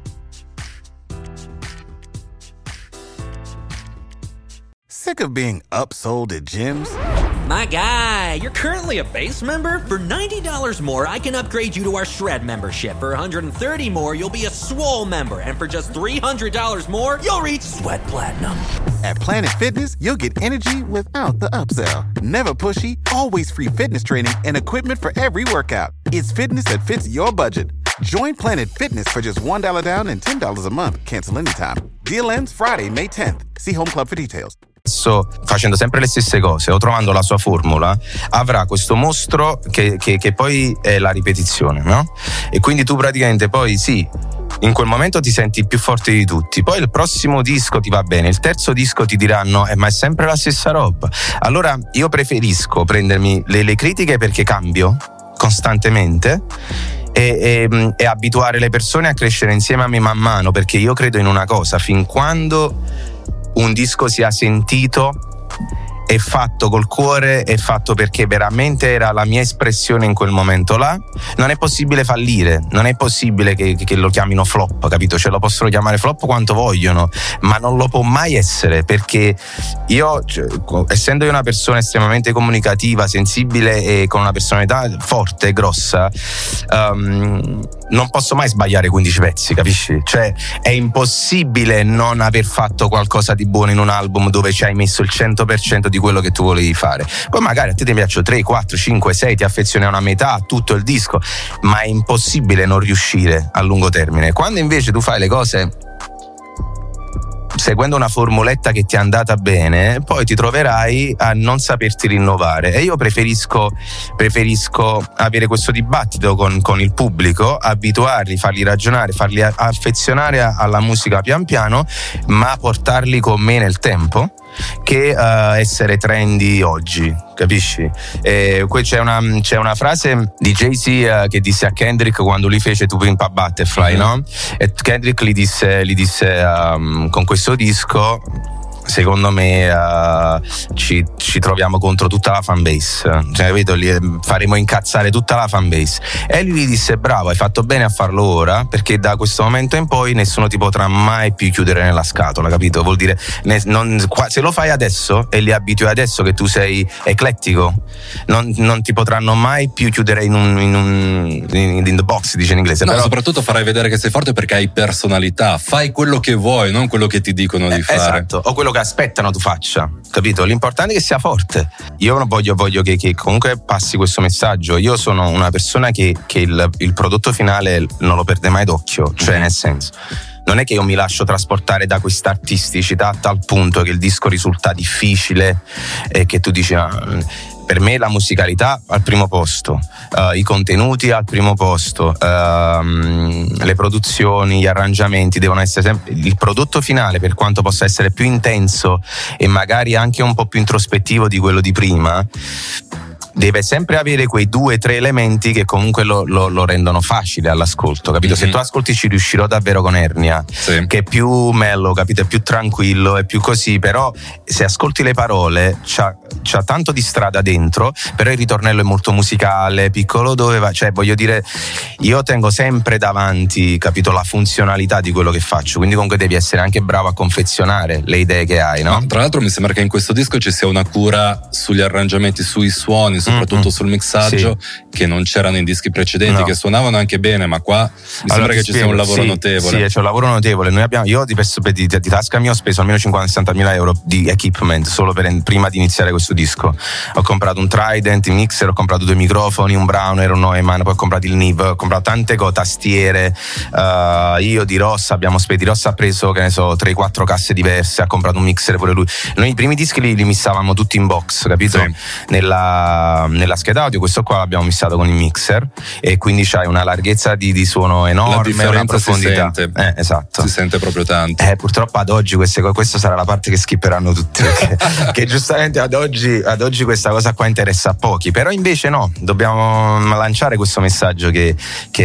Speaker 6: Sick of being upsold at gyms?
Speaker 7: My guy, you're currently a base member? For $90 more, I can upgrade you to our Shred membership. For $130 more, you'll be a Swole member. And for just $300 more, you'll reach Sweat Platinum.
Speaker 6: At Planet Fitness, you'll get energy without the upsell. Never pushy, always free fitness training and equipment for every workout. It's fitness that fits your budget. Join Planet Fitness for just $1 down and $10 a month. Cancel anytime. Deal ends Friday, May 10th. See Home Club for details.
Speaker 4: Facendo sempre le stesse cose o trovando la sua formula, avrà questo mostro che poi è la ripetizione, no? E quindi tu praticamente poi in quel momento ti senti più forte di tutti, poi il prossimo disco ti va bene, il terzo disco ti diranno ma è sempre la stessa roba. Allora io preferisco prendermi le critiche, perché cambio costantemente, e abituare le persone a crescere insieme a me man mano, perché io credo in una cosa: fin quando un disco sia sentito, è fatto col cuore, è fatto perché veramente era la mia espressione in quel momento là, non è possibile fallire, non è possibile che lo chiamino flop, capito? Cioè lo possono chiamare flop quanto vogliono, ma non lo può mai essere, perché io, essendo io una persona estremamente comunicativa, sensibile e con una personalità forte e grossa, non posso mai sbagliare 15 pezzi, capisci? Cioè è impossibile non aver fatto qualcosa di buono in un album dove ci hai messo il 100% di quello che tu volevi fare. Poi magari a te ti piacciono 3, 4, 5, 6, ti affezioni a una metà, a tutto il disco, ma è impossibile non riuscire a lungo termine. Quando invece tu fai le cose seguendo una formuletta che ti è andata bene, poi ti troverai a non saperti rinnovare. E io preferisco avere questo dibattito con il pubblico, abituarli, farli ragionare, farli affezionare alla musica pian piano, ma portarli con me nel tempo, che essere trendy oggi, capisci? C'è una frase di Jay-Z che disse a Kendrick quando lui fece To Pimp a Butterfly, no? E Kendrick gli disse con questo disco, secondo me ci troviamo contro tutta la fanbase, cioè, capito? Faremo incazzare tutta la fanbase. E lui gli disse: bravo, hai fatto bene a farlo ora, perché da questo momento in poi nessuno ti potrà mai più chiudere nella scatola, capito? Vuol dire, se lo fai adesso e li abitui adesso che tu sei eclettico, non ti potranno mai più chiudere in the box, dice in inglese.
Speaker 3: No,
Speaker 4: però
Speaker 3: soprattutto farai vedere che sei forte perché hai personalità, fai quello che vuoi, non quello che ti dicono di fare.
Speaker 4: Esatto, o quello che aspettano tu faccia, capito? L'importante è che sia forte. Io non voglio che comunque passi questo messaggio. Io sono una persona che il prodotto finale non lo perde mai d'occhio, cioè nel senso, non è che io mi lascio trasportare da questa artisticità a tal punto che il disco risulta difficile e che tu dici per me la musicalità al primo posto, i contenuti al primo posto, le produzioni, gli arrangiamenti devono essere sempre il prodotto finale, per quanto possa essere più intenso e magari anche un po' più introspettivo di quello di prima, deve sempre avere quei 2-3 elementi che comunque lo rendono facile all'ascolto, capito? Se tu ascolti Ci riuscirò davvero con Ernia, sì, che è più mellow, capito? È più tranquillo, è più così, però se ascolti le parole c'ha tanto di strada dentro, però il ritornello è molto musicale, piccolo dove va, cioè voglio dire, io tengo sempre davanti, capito, la funzionalità di quello che faccio, quindi comunque devi essere anche bravo a confezionare le idee che hai, no?
Speaker 3: Tra l'altro mi sembra che in questo disco ci sia una cura sugli arrangiamenti, sui suoni, soprattutto sul mixaggio, sì, che non c'erano in dischi precedenti, che suonavano anche bene, ma qua mi sembra che ci sia un lavoro notevole.
Speaker 4: Sì, c'è un lavoro notevole. Io di tasca mia ho speso almeno 50-60 mila euro di equipment solo prima di iniziare questo disco. Ho comprato un Trident, un mixer, ho comprato 2 microfoni, un Browner, un Neumann, poi ho comprato il Neve, ho comprato tante tastiere. Io di Rossa di Rossa ha preso, che ne so, 3-4 casse diverse, ha comprato un mixer pure lui. Noi i primi dischi li missavamo tutti in box, capito? Sì. Nella scheda audio, questo qua l'abbiamo missato con il mixer e quindi c'hai una larghezza di suono enorme, una profondità. Esatto.
Speaker 3: Si sente proprio tanto.
Speaker 4: Purtroppo ad oggi questa sarà la parte che skipperanno tutti, che giustamente ad oggi questa cosa qua interessa a pochi, però invece no, dobbiamo lanciare questo messaggio che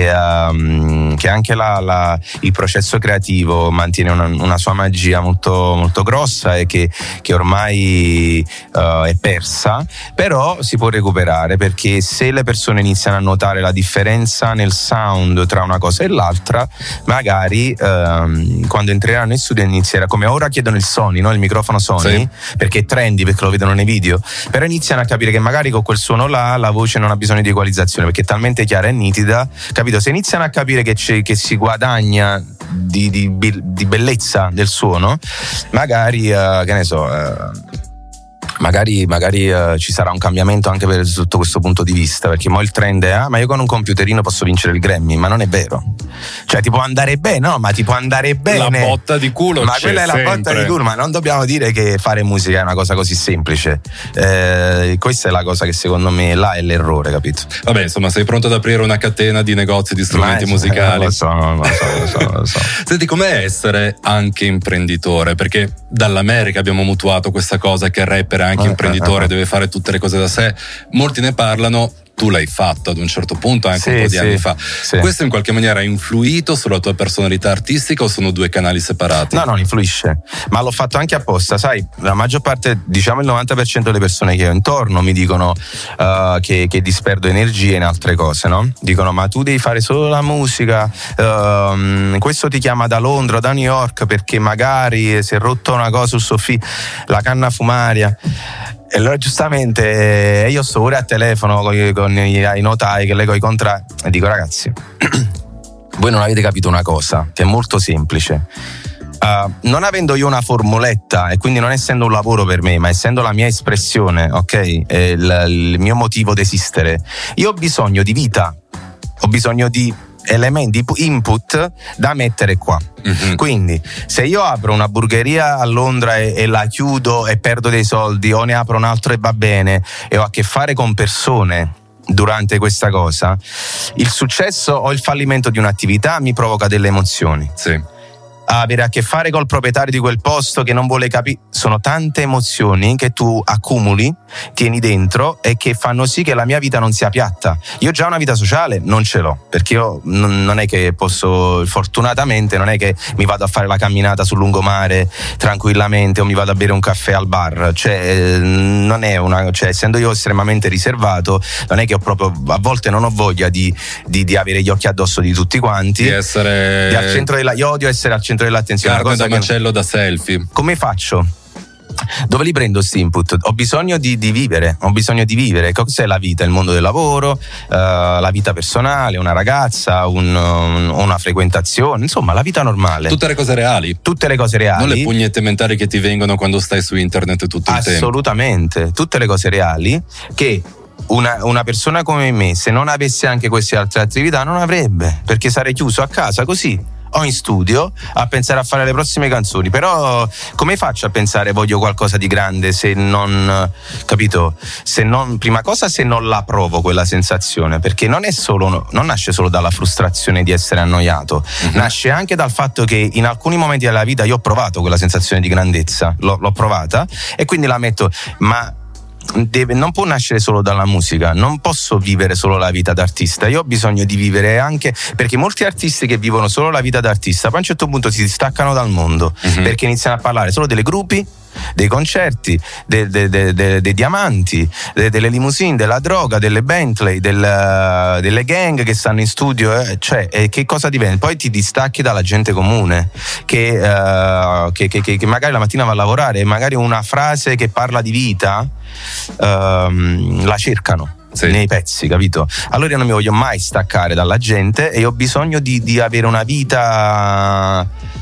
Speaker 4: anche il processo creativo mantiene una sua magia molto, molto grossa e che ormai è persa, però si può recuperare, perché se le persone iniziano a notare la differenza nel sound tra una cosa e l'altra, magari quando entreranno in studio inizierà, come ora chiedono il Sony, no? Il microfono Sony, sì, perché è trendy, perché lo vedono nei video, però iniziano a capire che magari con quel suono là la voce non ha bisogno di equalizzazione perché è talmente chiara e nitida, capito? Se iniziano a capire che si guadagna di bellezza del suono, magari che ne so, magari ci sarà un cambiamento anche sotto questo punto di vista, perché mo il trend è ma io con un computerino posso vincere il Grammy, ma non è vero. Cioè ti può andare bene, no, ma ti può andare bene,
Speaker 3: la botta di culo,
Speaker 4: ma
Speaker 3: c'è
Speaker 4: quella è
Speaker 3: sempre.
Speaker 4: La botta di culo, ma non dobbiamo dire che fare musica è una cosa così semplice. Questa è la cosa che secondo me là è l'errore, capito?
Speaker 3: Vabbè, insomma, sei pronto ad aprire una catena di negozi di strumenti musicali?
Speaker 4: Lo so.
Speaker 3: Senti, com'è essere anche imprenditore? Perché dall'America abbiamo mutuato questa cosa che il rapper è anche imprenditore, deve fare tutte le cose da sé. Molti ne parlano, tu l'hai fatto ad un certo punto, anche un po' di anni fa.
Speaker 4: Sì.
Speaker 3: Questo in qualche maniera ha influito sulla tua personalità artistica o sono due canali separati?
Speaker 4: No, non influisce, ma l'ho fatto anche apposta, sai, la maggior parte, diciamo il 90% delle persone che ho intorno mi dicono che disperdo energie in altre cose, no? Dicono ma tu devi fare solo la musica, questo ti chiama da Londra o da New York perché magari si è rotto una cosa sul soffitto, la canna fumaria. E allora giustamente io sto pure a telefono con i notai che leggo i contratti e dico ragazzi voi non avete capito una cosa che è molto semplice. Non avendo io una formuletta e quindi non essendo un lavoro per me ma essendo la mia espressione, ok, il mio motivo d'esistere, io ho bisogno di vita, ho bisogno di elementi, input da mettere qua. Quindi se io apro una burgeria a Londra e la chiudo e perdo dei soldi, o ne apro un altro e va bene, e ho a che fare con persone durante questa cosa, il successo o il fallimento di un'attività mi provoca delle emozioni.
Speaker 3: Sì.
Speaker 4: Avere a che fare col proprietario di quel posto che non vuole capire, sono tante emozioni che tu accumuli, tieni dentro e che fanno sì che la mia vita non sia piatta. Io già una vita sociale non ce l'ho, perché io non è che posso, fortunatamente non è che mi vado a fare la camminata sul lungomare tranquillamente o mi vado a bere un caffè al bar, cioè non è cioè essendo io estremamente riservato, non è che ho proprio, a volte non ho voglia di avere gli occhi addosso di tutti quanti,
Speaker 3: di essere
Speaker 4: al centro io odio essere al centro dell'attenzione.
Speaker 3: Carne da macello da selfie.
Speaker 4: Come faccio? Dove li prendo sti input? Ho bisogno di vivere, Cos'è la vita? Il mondo del lavoro, la vita personale, una ragazza, una frequentazione, insomma la vita normale.
Speaker 3: Tutte le cose reali. Non le pugnette mentali che ti vengono quando stai su internet tutto il tempo.
Speaker 4: Assolutamente, tutte le cose reali che una persona come me, se non avesse anche queste altre attività, non avrebbe, perché sarei chiuso a casa così o in studio a pensare a fare le prossime canzoni. Però come faccio a pensare voglio qualcosa di grande se non, capito, se non, prima cosa, se non la provo quella sensazione, perché non nasce solo dalla frustrazione di essere annoiato, nasce anche dal fatto che in alcuni momenti della vita io ho provato quella sensazione di grandezza, l'ho provata e quindi la metto, ma non può nascere solo dalla musica, non posso vivere solo la vita d'artista, io ho bisogno di vivere anche, perché molti artisti che vivono solo la vita d'artista poi a un certo punto si distaccano dal mondo, perché iniziano a parlare solo delle gruppi, dei concerti, dei diamanti, delle limousine, della droga, delle Bentley, delle gang che stanno in studio, cioè che cosa diventa? Poi ti distacchi dalla gente comune che magari la mattina va a lavorare e magari una frase che parla di vita la cercano nei pezzi, capito? Allora io non mi voglio mai staccare dalla gente e ho bisogno di avere una vita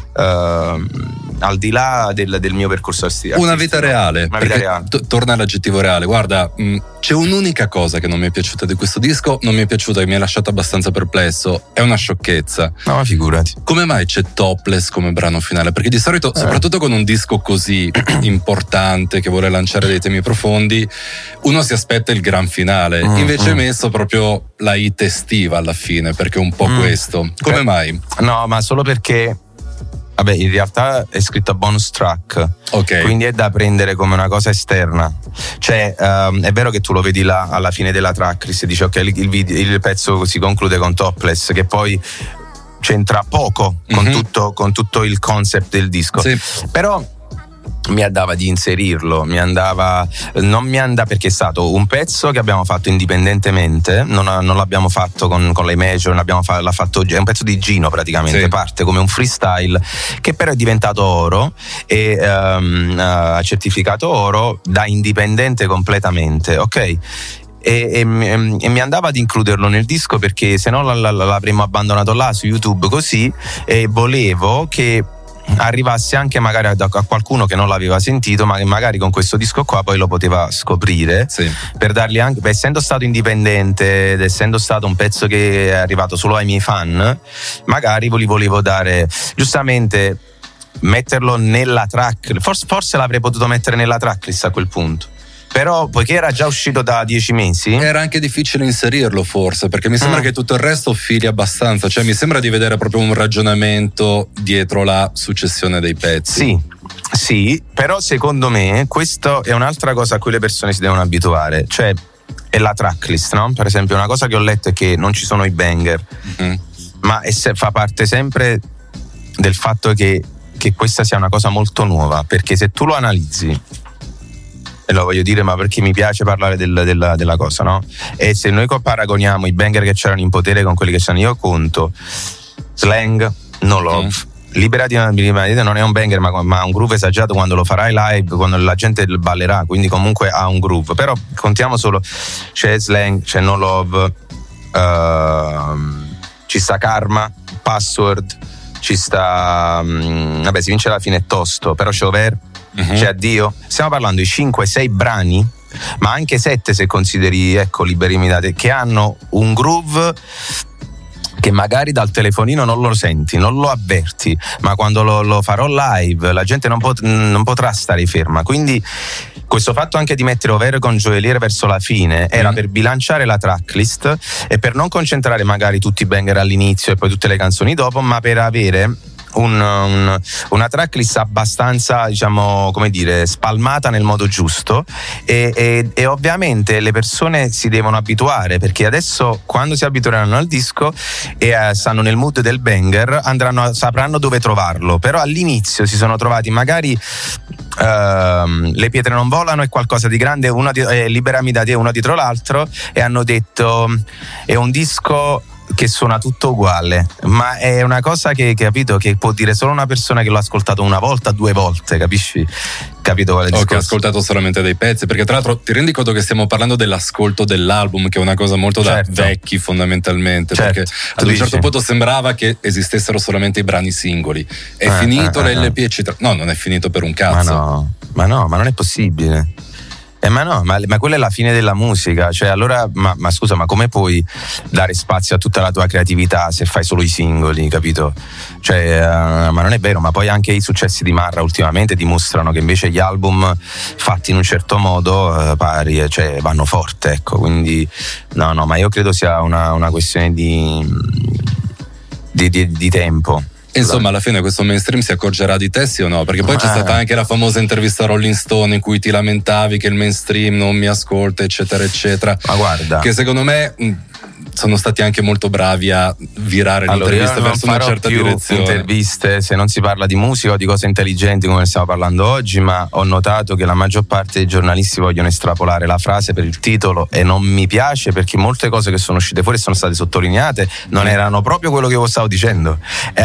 Speaker 4: al di là del mio percorso artistico.
Speaker 3: Una vita reale.
Speaker 4: Una vita reale.
Speaker 3: Torna all'aggettivo reale. Guarda, c'è un'unica cosa che non mi è piaciuta di questo disco, non mi è piaciuta, che mi ha lasciato abbastanza perplesso. È una sciocchezza.
Speaker 4: No, ma figurati.
Speaker 3: Come mai c'è Topless come brano finale? Perché di solito, soprattutto con un disco così importante che vuole lanciare dei temi profondi, uno si aspetta il gran finale. Invece hai messo proprio la hit estiva alla fine, perché è un po' questo. Come mai?
Speaker 4: No, ma solo perché vabbè, in realtà è scritto a bonus track, quindi è da prendere come una cosa esterna. Cioè è vero che tu lo vedi là alla fine della tracklist e dici ok, il pezzo si conclude con Topless, che poi c'entra poco con tutto il concept del disco, però mi andava di inserirlo, non mi andava, perché è stato un pezzo che abbiamo fatto indipendentemente, non l'abbiamo fatto con le major, l'ha fatto, è un pezzo di Gino praticamente, parte come un freestyle che però è diventato oro e ha certificato oro da indipendente completamente, ok? E mi andava di includerlo nel disco, perché se no l'avremmo abbandonato là su YouTube così, e volevo che arrivasse anche magari a qualcuno che non l'aveva sentito, ma che magari con questo disco qua poi lo poteva scoprire, per dargli anche, essendo stato indipendente ed essendo stato un pezzo che è arrivato solo ai miei fan, magari li volevo dare, giustamente metterlo nella track, forse l'avrei potuto mettere nella tracklist a quel punto. Però poiché era già uscito da 10 mesi
Speaker 3: era anche difficile inserirlo, forse, perché mi sembra che tutto il resto fili abbastanza, cioè mi sembra di vedere proprio un ragionamento dietro la successione dei pezzi.
Speaker 4: Sì, però secondo me questo è un'altra cosa a cui le persone si devono abituare, cioè è la tracklist, no? Per esempio una cosa che ho letto è che non ci sono i banger, ma fa parte sempre del fatto che questa sia una cosa molto nuova, perché se tu lo analizzi, e lo voglio dire, ma perché mi piace parlare della cosa, no? E se noi paragoniamo i banger che c'erano in Potere con quelli che c'erano, io conto Slang, No Love, Liberati non è un banger, ma ha un groove esagerato quando lo farai live, quando la gente ballerà, quindi comunque ha un groove. Però contiamo solo, c'è Slang, c'è No Love, ci sta Karma, Password, ci sta vabbè, Si vince alla fine è tosto, però c'è Over, c'è Addio. Stiamo parlando di 5-6 brani, ma anche 7 se consideri, ecco, Liberimi da te, che hanno un groove che magari dal telefonino non lo senti, non lo avverti, ma quando lo farò live la gente non potrà stare ferma. Quindi questo fatto anche di mettere Over con Gioeliere verso la fine era per bilanciare la tracklist e per non concentrare magari tutti i banger all'inizio e poi tutte le canzoni dopo, ma per avere una tracklist abbastanza, diciamo, come dire, spalmata nel modo giusto e ovviamente le persone si devono abituare, perché adesso quando si abitueranno al disco e stanno nel mood del banger sapranno dove trovarlo, però all'inizio si sono trovati magari Le pietre non volano e Qualcosa di grande, Liberami da te, uno dietro l'altro, e hanno detto è un disco che suona tutto uguale, ma è una cosa che, capito, che può dire solo una persona che l'ha ascoltato una volta, 2 volte, capisci? Capito qual è il discorso?
Speaker 3: O che ha ascoltato solamente dei pezzi, perché tra l'altro ti rendi conto che stiamo parlando dell'ascolto dell'album, che è una cosa molto da vecchi fondamentalmente, perché ad un certo punto sembrava che esistessero solamente i brani singoli. È finito l'LP, no, non è finito per un cazzo.
Speaker 4: Ma non è possibile. Ma quella è la fine della musica, cioè allora ma scusa, ma come puoi dare spazio a tutta la tua creatività se fai solo i singoli, capito? Cioè ma non è vero, ma poi anche i successi di Marra ultimamente dimostrano che invece gli album fatti in un certo modo cioè vanno forte, ecco, quindi no, ma io credo sia una questione di tempo.
Speaker 3: Insomma, alla fine questo mainstream si accorgerà di te, sì o no? Perché poi c'è stata anche la famosa intervista a Rolling Stone in cui ti lamentavi che il mainstream non mi ascolta, eccetera eccetera.
Speaker 4: Ma guarda,
Speaker 3: che secondo me sono stati anche molto bravi a virare l'intervista verso una certa direzione.
Speaker 4: Interviste, se non si parla di musica o di cose intelligenti come stiamo parlando oggi, ma ho notato che la maggior parte dei giornalisti vogliono estrapolare la frase per il titolo e non mi piace, perché molte cose che sono uscite fuori e sono state sottolineate non erano proprio quello che io stavo dicendo,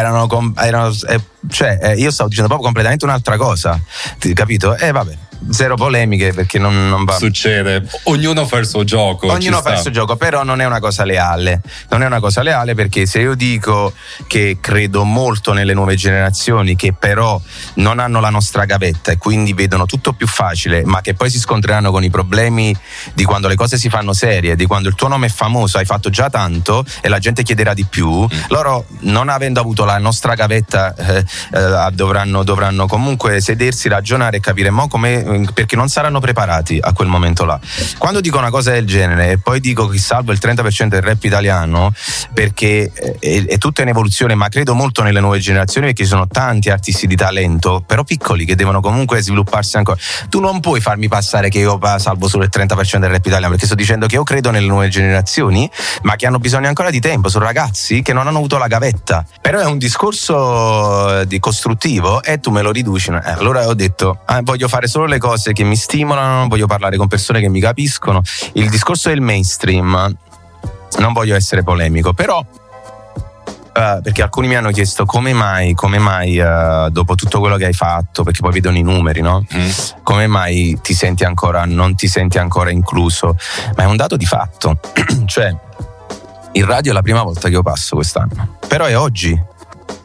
Speaker 4: io stavo dicendo proprio completamente un'altra cosa, capito? Vabbè, zero polemiche, perché non va.
Speaker 3: Succede, ognuno fa il suo gioco.
Speaker 4: Ognuno fa il suo gioco, però non è una cosa leale. Non è una cosa leale, perché se io dico che credo molto nelle nuove generazioni, che però non hanno la nostra gavetta e quindi vedono tutto più facile, ma che poi si scontreranno con i problemi di quando le cose si fanno serie, di quando il tuo nome è famoso, hai fatto già tanto e la gente chiederà di più, loro, non avendo avuto la nostra gavetta, dovranno comunque sedersi, ragionare e capire perché non saranno preparati a quel momento là. Quando dico una cosa del genere e poi dico che salvo il 30% del rap italiano, perché è tutta in evoluzione, ma credo molto nelle nuove generazioni, perché ci sono tanti artisti di talento, però piccoli, che devono comunque svilupparsi ancora. Tu non puoi farmi passare che io salvo solo il 30% del rap italiano, perché sto dicendo che io credo nelle nuove generazioni, ma che hanno bisogno ancora di tempo. Sono ragazzi che non hanno avuto la gavetta, però è un discorso costruttivo e tu me lo riduci. Allora ho detto voglio fare solo le cose che mi stimolano, voglio parlare con persone che mi capiscono. Il discorso del mainstream, non voglio essere polemico, però perché alcuni mi hanno chiesto come mai dopo tutto quello che hai fatto, perché poi vedono i numeri, no? Come mai non ti senti ancora incluso? Ma è un dato di fatto. Cioè, in radio è la prima volta che io passo quest'anno, però è oggi.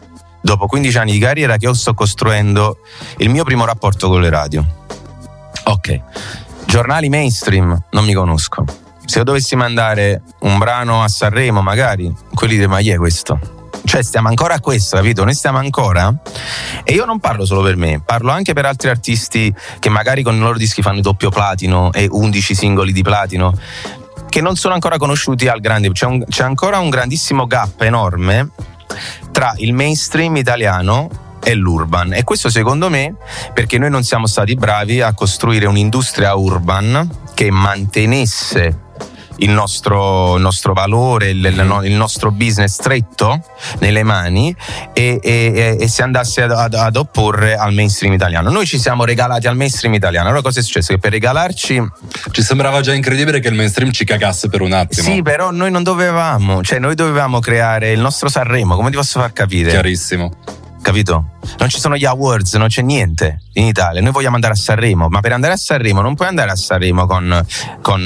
Speaker 4: dopo 15 anni di carriera, che io sto costruendo il mio primo rapporto con le radio. Ok, giornali mainstream non mi conosco. Se io dovessi mandare un brano a Sanremo, magari quelli dicono: ma chi è questo? Cioè stiamo ancora a questo, capito? Noi stiamo ancora, e io non parlo solo per me, parlo anche per altri artisti che magari con i loro dischi fanno doppio platino e 11 singoli di platino, che non sono ancora conosciuti al grande. C'è ancora un grandissimo gap enorme tra il mainstream italiano e l'urban, e questo secondo me perché noi non siamo stati bravi a costruire un'industria urban che mantenesse il nostro valore, il nostro business stretto nelle mani e si andasse ad opporre al mainstream italiano. Noi ci siamo regalati al mainstream italiano. Allora cosa è successo? Che per regalarci
Speaker 3: ci sembrava già incredibile che il mainstream ci cagasse per un attimo.
Speaker 4: Sì, però noi non dovevamo, cioè noi dovevamo creare il nostro Sanremo, come ti posso far capire?
Speaker 3: Chiarissimo.
Speaker 4: Capito? Non ci sono gli awards, non c'è niente in Italia. Noi vogliamo andare a Sanremo, ma per andare a Sanremo non puoi andare a Sanremo con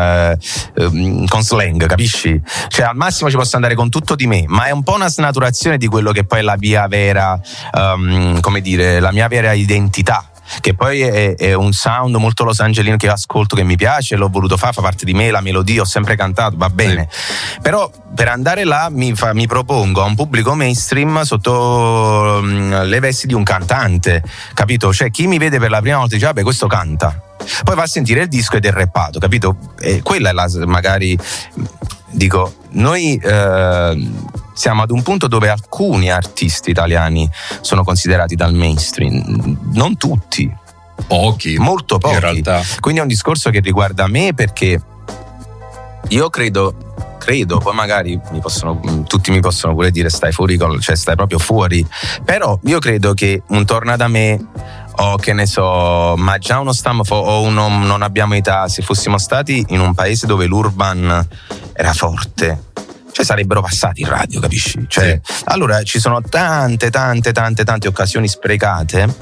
Speaker 4: slang, capisci? Cioè al massimo ci posso andare con tutto di me, ma è un po' una snaturazione di quello che poi è la mia vera, come dire, la mia vera identità. Che poi è un sound molto Los Angelino che ascolto, che mi piace, l'ho voluto fare, fa parte di me, la melodia, ho sempre cantato, va bene. Sì. Però per andare là mi propongo a un pubblico mainstream sotto le vesti di un cantante, capito? Cioè chi mi vede per la prima volta dice: vabbè, questo canta. Poi va a sentire il disco ed è rappato, capito? E quella è magari, dico, noi siamo ad un punto dove alcuni artisti italiani sono considerati dal mainstream, non tutti,
Speaker 3: pochi,
Speaker 4: molto pochi
Speaker 3: in realtà.
Speaker 4: Quindi è un discorso che riguarda me, perché io credo, poi magari tutti mi possono pure dire stai fuori, cioè stai proprio fuori, però io credo che un Torna da me, o che ne so, ma già uno Stamfo o uno Non abbiamo età, se fossimo stati in un paese dove l'urban era forte, cioè sarebbero passati in radio, capisci? Cioè, sì. Allora ci sono tante occasioni sprecate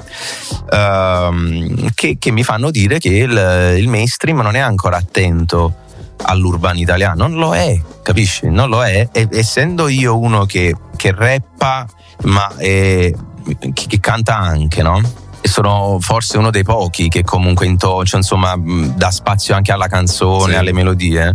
Speaker 4: che mi fanno dire che il mainstream non è ancora attento all'urban italiano. Non lo è, capisci? Non lo è, e essendo io uno che rappa, ma che canta anche, no? E sono forse uno dei pochi che comunque insomma dà spazio anche alla canzone, sì, alle melodie.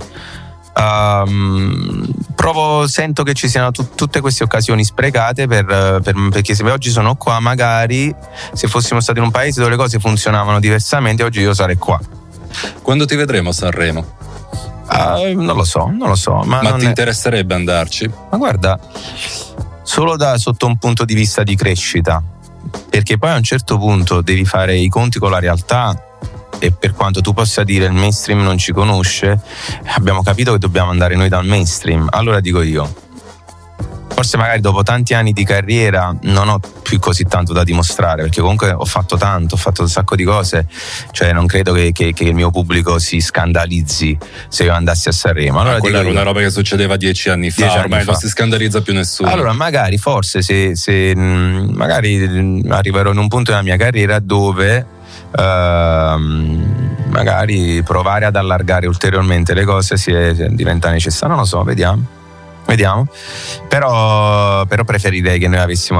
Speaker 4: Sento che ci siano tutte queste occasioni sprecate perché se oggi sono qua, magari se fossimo stati in un paese dove le cose funzionavano diversamente, oggi io sarei qua.
Speaker 3: Quando ti vedremo a Sanremo?
Speaker 4: Non lo so. Ma
Speaker 3: ti interesserebbe andarci?
Speaker 4: Ma guarda, solo sotto un punto di vista di crescita, perché poi a un certo punto devi fare i conti con la realtà. E per quanto tu possa dire il mainstream non ci conosce, abbiamo capito che dobbiamo andare noi dal mainstream. Allora dico io, forse magari dopo tanti anni di carriera non ho più così tanto da dimostrare, perché comunque ho fatto un sacco di cose, cioè non credo che il mio pubblico si scandalizzi se io andassi a Sanremo. Allora
Speaker 3: quella era una roba che succedeva 10 anni fa, ormai non si scandalizza più nessuno.
Speaker 4: Allora magari forse se magari arriverò in un punto della mia carriera dove magari provare ad allargare ulteriormente le cose diventa necessario, non lo so, vediamo. Però preferirei che noi avessimo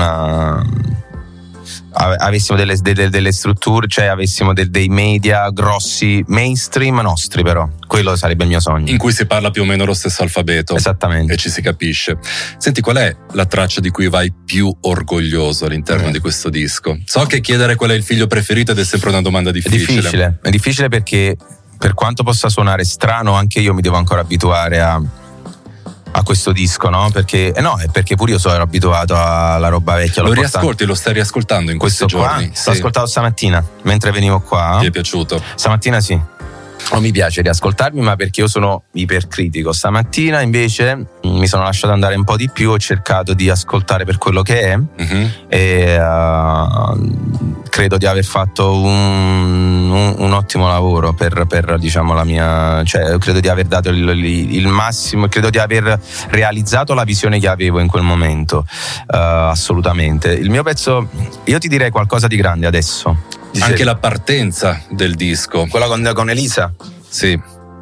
Speaker 4: avessimo delle strutture, cioè avessimo dei media grossi mainstream nostri, però quello sarebbe il mio sogno,
Speaker 3: in cui si parla più o meno lo stesso alfabeto.
Speaker 4: Esattamente.
Speaker 3: E ci si capisce. Senti, qual è la traccia di cui vai più orgoglioso all'interno di questo disco? So che chiedere qual è il figlio preferito ed è sempre una domanda difficile.
Speaker 4: È difficile perché, per quanto possa suonare strano, anche io mi devo ancora abituare a questo disco, no? Perché perché pure io ero abituato alla roba vecchia.
Speaker 3: Lo riascolti, lo stai riascoltando in questi giorni?
Speaker 4: Sì. L'ho ascoltato stamattina mentre venivo qua.
Speaker 3: Ti è piaciuto?
Speaker 4: Stamattina sì. Non mi piace riascoltarmi, ma perché io sono ipercritico. Stamattina invece mi sono lasciato andare un po' di più, ho cercato di ascoltare per quello che è, e credo di aver fatto un ottimo lavoro per diciamo la mia, cioè credo di aver dato il massimo, credo di aver realizzato la visione che avevo in quel momento, assolutamente. Il mio pezzo, io ti direi qualcosa di grande adesso.
Speaker 3: Anche la partenza del disco,
Speaker 4: quella con Elisa,
Speaker 3: sì,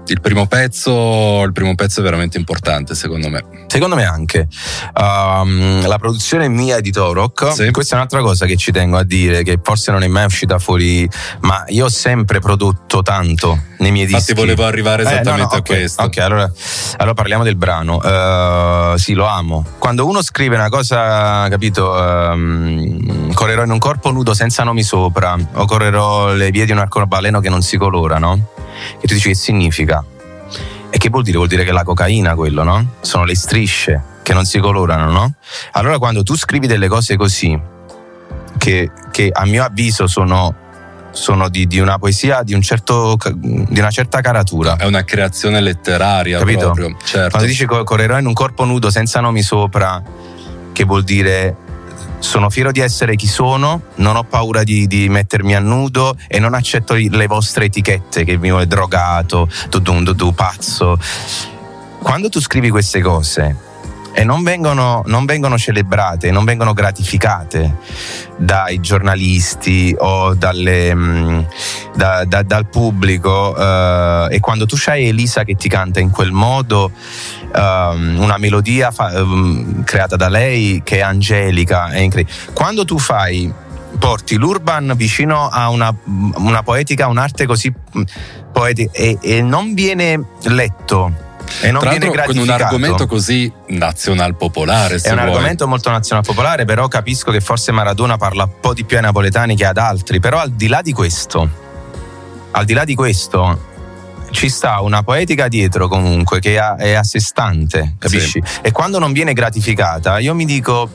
Speaker 3: Il primo pezzo è veramente importante, secondo me.
Speaker 4: Secondo me anche. La produzione mia di Torok,
Speaker 3: sì.
Speaker 4: Questa è un'altra cosa che ci tengo a dire, che forse non è mai uscita fuori, ma io ho sempre prodotto tanto nei miei dischi.
Speaker 3: Infatti volevo arrivare esattamente a questo.
Speaker 4: Ok, allora parliamo del brano. Sì, lo amo. Quando uno scrive una cosa, capito, correrò in un corpo nudo senza nomi sopra, o correrò le vie di un arcobaleno che non si colora, no? E tu dici che significa? E che vuol dire? Vuol dire che è la cocaina quello, no? Sono le strisce che non si colorano, no? Allora quando tu scrivi delle cose così, che a mio avviso sono di una poesia di una certa caratura.
Speaker 3: È una creazione letteraria,
Speaker 4: capito?
Speaker 3: Proprio, certo.
Speaker 4: Quando dici correrò in un corpo nudo senza nomi sopra, che vuol dire sono fiero di essere chi sono, non ho paura di mettermi a nudo e non accetto le vostre etichette, che mi vuoi drogato, tu pazzo. Quando tu scrivi queste cose e non vengono celebrate, non vengono gratificate dai giornalisti o dal pubblico, e quando tu c'hai Elisa che ti canta in quel modo, una melodia creata da lei che è angelica, è incredibile. Quando tu porti l'urban vicino a una poetica, un'arte così poetica, e non viene letto e non viene gratificato,
Speaker 3: con un argomento così nazional popolare,
Speaker 4: è un argomento molto nazional popolare, però capisco che forse Maradona parla un po' di più ai napoletani che ad altri. Però al di là di questo ci sta una poetica dietro comunque che è a sé stante, capisci? Sì. E quando non viene gratificata io mi dico,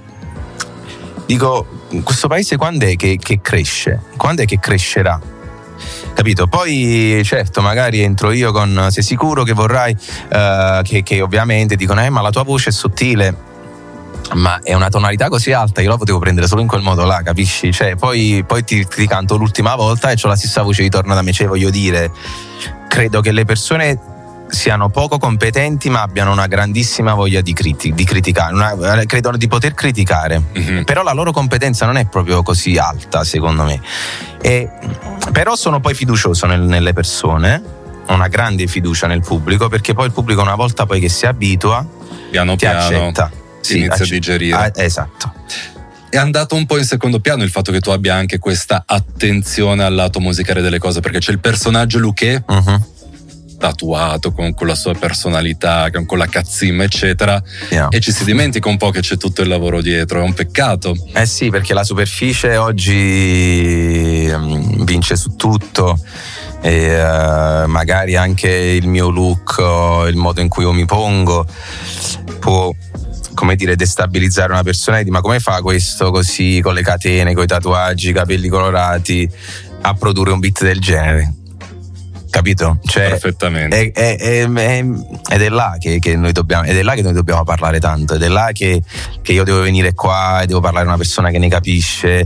Speaker 4: questo paese quando è che cresce? Quando è che crescerà? Capito? Poi certo magari entro io con sei sicuro che vorrai, che ovviamente dicono ma la tua voce è sottile, ma è una tonalità così alta, io la potevo prendere solo in quel modo là, capisci? Cioè poi ti canto l'ultima volta e c'ho la stessa voce, ritorna da me. Cioè voglio dire, credo che le persone siano poco competenti ma abbiano una grandissima voglia di criticare, credono di poter criticare, però la loro competenza non è proprio così alta secondo me. Però sono poi fiducioso nelle persone, ho una grande fiducia nel pubblico, perché poi il pubblico una volta poi che si abitua
Speaker 3: piano
Speaker 4: accetta,
Speaker 3: inizia a digerire.
Speaker 4: Esatto.
Speaker 3: È andato un po' in secondo piano il fatto che tu abbia anche questa attenzione al lato musicale delle cose, perché c'è il personaggio Luché, tatuato con la sua personalità, con la cazzimma eccetera, e ci si dimentica un po' che c'è tutto il lavoro dietro. È un peccato.
Speaker 4: Sì, perché la superficie oggi vince su tutto, e magari anche il mio look, il modo in cui io mi pongo può, come dire, destabilizzare una persona e dire ma come fa questo così con le catene, con i tatuaggi, i capelli colorati a produrre un beat del genere? Capito? Cioè,
Speaker 3: perfettamente.
Speaker 4: Ed è là che noi dobbiamo parlare tanto, ed è là che io devo venire qua e devo parlare a una persona che ne capisce,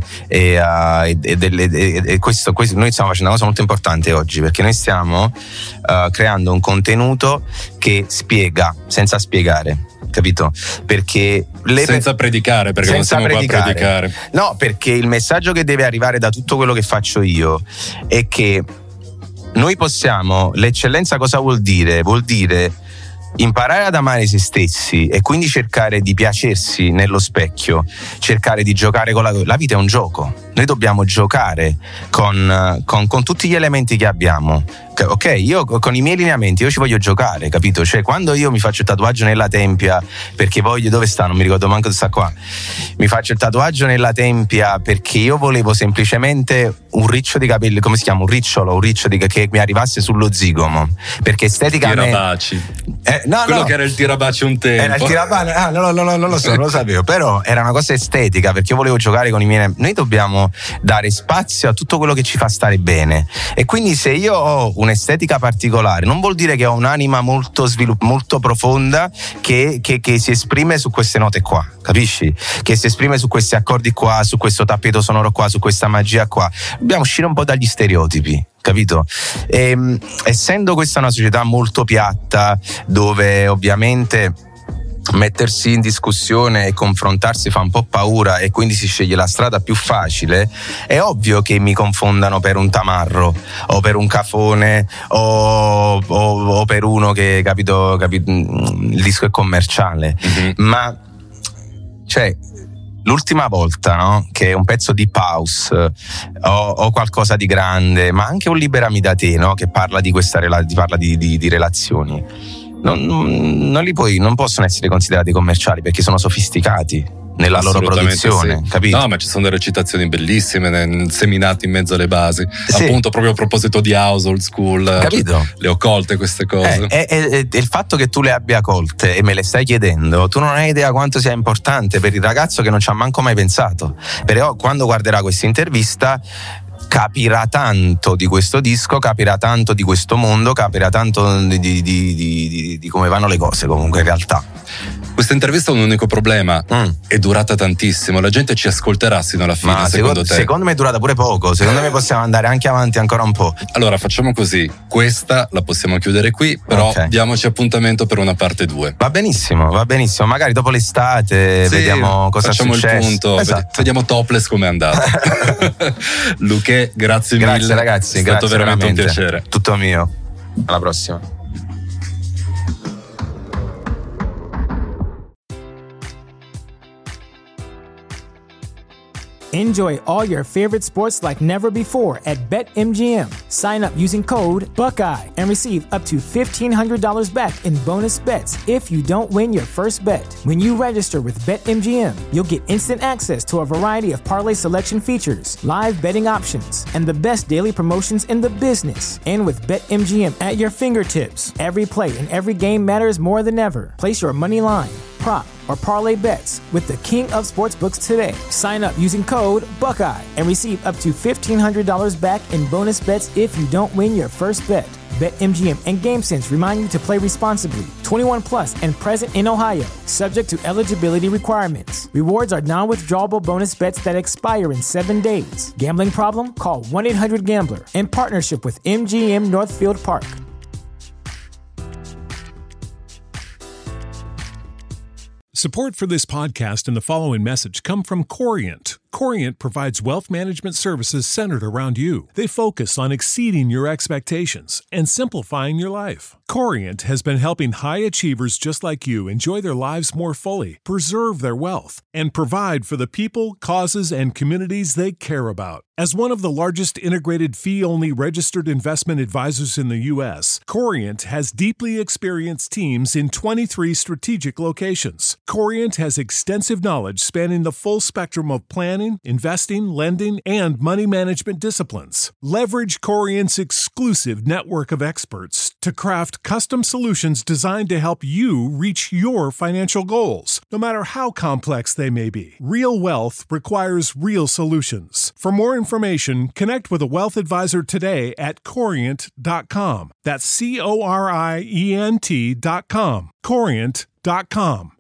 Speaker 4: e questo noi stiamo facendo una cosa molto importante oggi, perché noi stiamo creando un contenuto che spiega senza spiegare, capito? Perché
Speaker 3: senza predicare, perché non siamo qua a predicare.
Speaker 4: No, perché il messaggio che deve arrivare da tutto quello che faccio io è che noi possiamo, l'eccellenza cosa vuol dire? Vuol dire imparare ad amare se stessi e quindi cercare di piacersi nello specchio, cercare di giocare con la vita è un gioco, noi dobbiamo giocare con tutti gli elementi che abbiamo. Ok, io con i miei lineamenti io ci voglio giocare, capito? Cioè quando io mi faccio il tatuaggio nella tempia perché voglio, dove sta? Non mi ricordo manco sta qua. Mi faccio il tatuaggio nella tempia perché io volevo semplicemente un riccio di capelli, come si chiama? Un riccio che mi arrivasse sullo zigomo, perché esteticamente
Speaker 3: tirabaci. Quello che era il tirabaci un tempo.
Speaker 4: Era il tirabaci, non lo so, non lo sapevo, però era una cosa estetica, perché io volevo giocare con i miei. Noi dobbiamo dare spazio a tutto quello che ci fa stare bene, e quindi se io ho un'estetica particolare non vuol dire che ho un'anima molto molto profonda che si esprime su queste note qua, capisci? Che si esprime su questi accordi qua, su questo tappeto sonoro qua, su questa magia qua. Dobbiamo uscire un po' dagli stereotipi, capito? Essendo questa una società molto piatta, dove ovviamente mettersi in discussione e confrontarsi fa un po' paura e quindi si sceglie la strada più facile, è ovvio che mi confondano per un tamarro o per un cafone o per uno che capito il disco è commerciale. Ma cioè l'ultima volta, no, che un pezzo di Pause o qualcosa di grande, ma anche un Liberami da te, no, che parla di questa parla di relazioni, non possono essere considerati commerciali perché sono sofisticati nella loro produzione, sì. Capito?
Speaker 3: No, ma ci sono delle recitazioni bellissime seminate in mezzo alle basi, sì. Appunto proprio a proposito di house old school, capito? Le ho colte queste cose,
Speaker 4: e il fatto che tu le abbia colte e me le stai chiedendo, tu non hai idea quanto sia importante per il ragazzo che non ci ha manco mai pensato, però quando guarderà questa intervista capirà tanto di questo disco, capirà tanto di questo mondo, capirà tanto di come vanno le cose comunque in realtà.
Speaker 3: Questa intervista ha un unico problema, è durata tantissimo, la gente ci ascolterà sino alla fine. Ma secondo te?
Speaker 4: Secondo me è durata pure poco, secondo me possiamo andare anche avanti ancora un po'.
Speaker 3: Allora facciamo così, questa la possiamo chiudere qui, però diamoci appuntamento per una parte 2.
Speaker 4: Va benissimo, magari dopo l'estate, sì, vediamo cosa
Speaker 3: facciamo
Speaker 4: è successo.
Speaker 3: Il punto, esatto. Vediamo Topless come è andata. Luché, grazie mille.
Speaker 4: Grazie ragazzi,
Speaker 3: è stato veramente un piacere.
Speaker 4: Tutto mio, alla prossima.
Speaker 5: Enjoy all your favorite sports like never before at BetMGM. Sign up using code Buckeye and receive up to $1,500 back in bonus bets if you don't win your first bet. When you register with BetMGM, you'll get instant access to a variety of parlay selection features, live betting options, and the best daily promotions in the business. And with BetMGM at your fingertips, every play and every game matters more than ever. Place your money line, prop, or parlay bets with the king of sportsbooks today. Sign up using code Buckeye and receive up to $1,500 back in bonus bets if you don't win your first bet. BetMGM and GameSense remind you to play responsibly. 21 plus and present in Ohio, subject to eligibility requirements. Rewards are non-withdrawable bonus bets that expire in 7 days. Gambling problem? Call 1-800-GAMBLER in partnership with MGM Northfield Park.
Speaker 8: Support for this podcast and the following message come from Corient. Corient provides wealth management services centered around you. They focus on exceeding your expectations and simplifying your life. Corient has been helping high achievers just like you enjoy their lives more fully, preserve their wealth, and provide for the people, causes, and communities they care about. As one of the largest integrated fee-only registered investment advisors in the U.S., Corient has deeply experienced teams in 23 strategic locations. Corient has extensive knowledge spanning the full spectrum of planning, investing, lending, and money management disciplines. Leverage Corient's exclusive network of experts to craft custom solutions designed to help you reach your financial goals, no matter how complex they may be. Real wealth requires real solutions. For more information, connect with a wealth advisor today at Corient.com. That's Corient.com. Corient.com.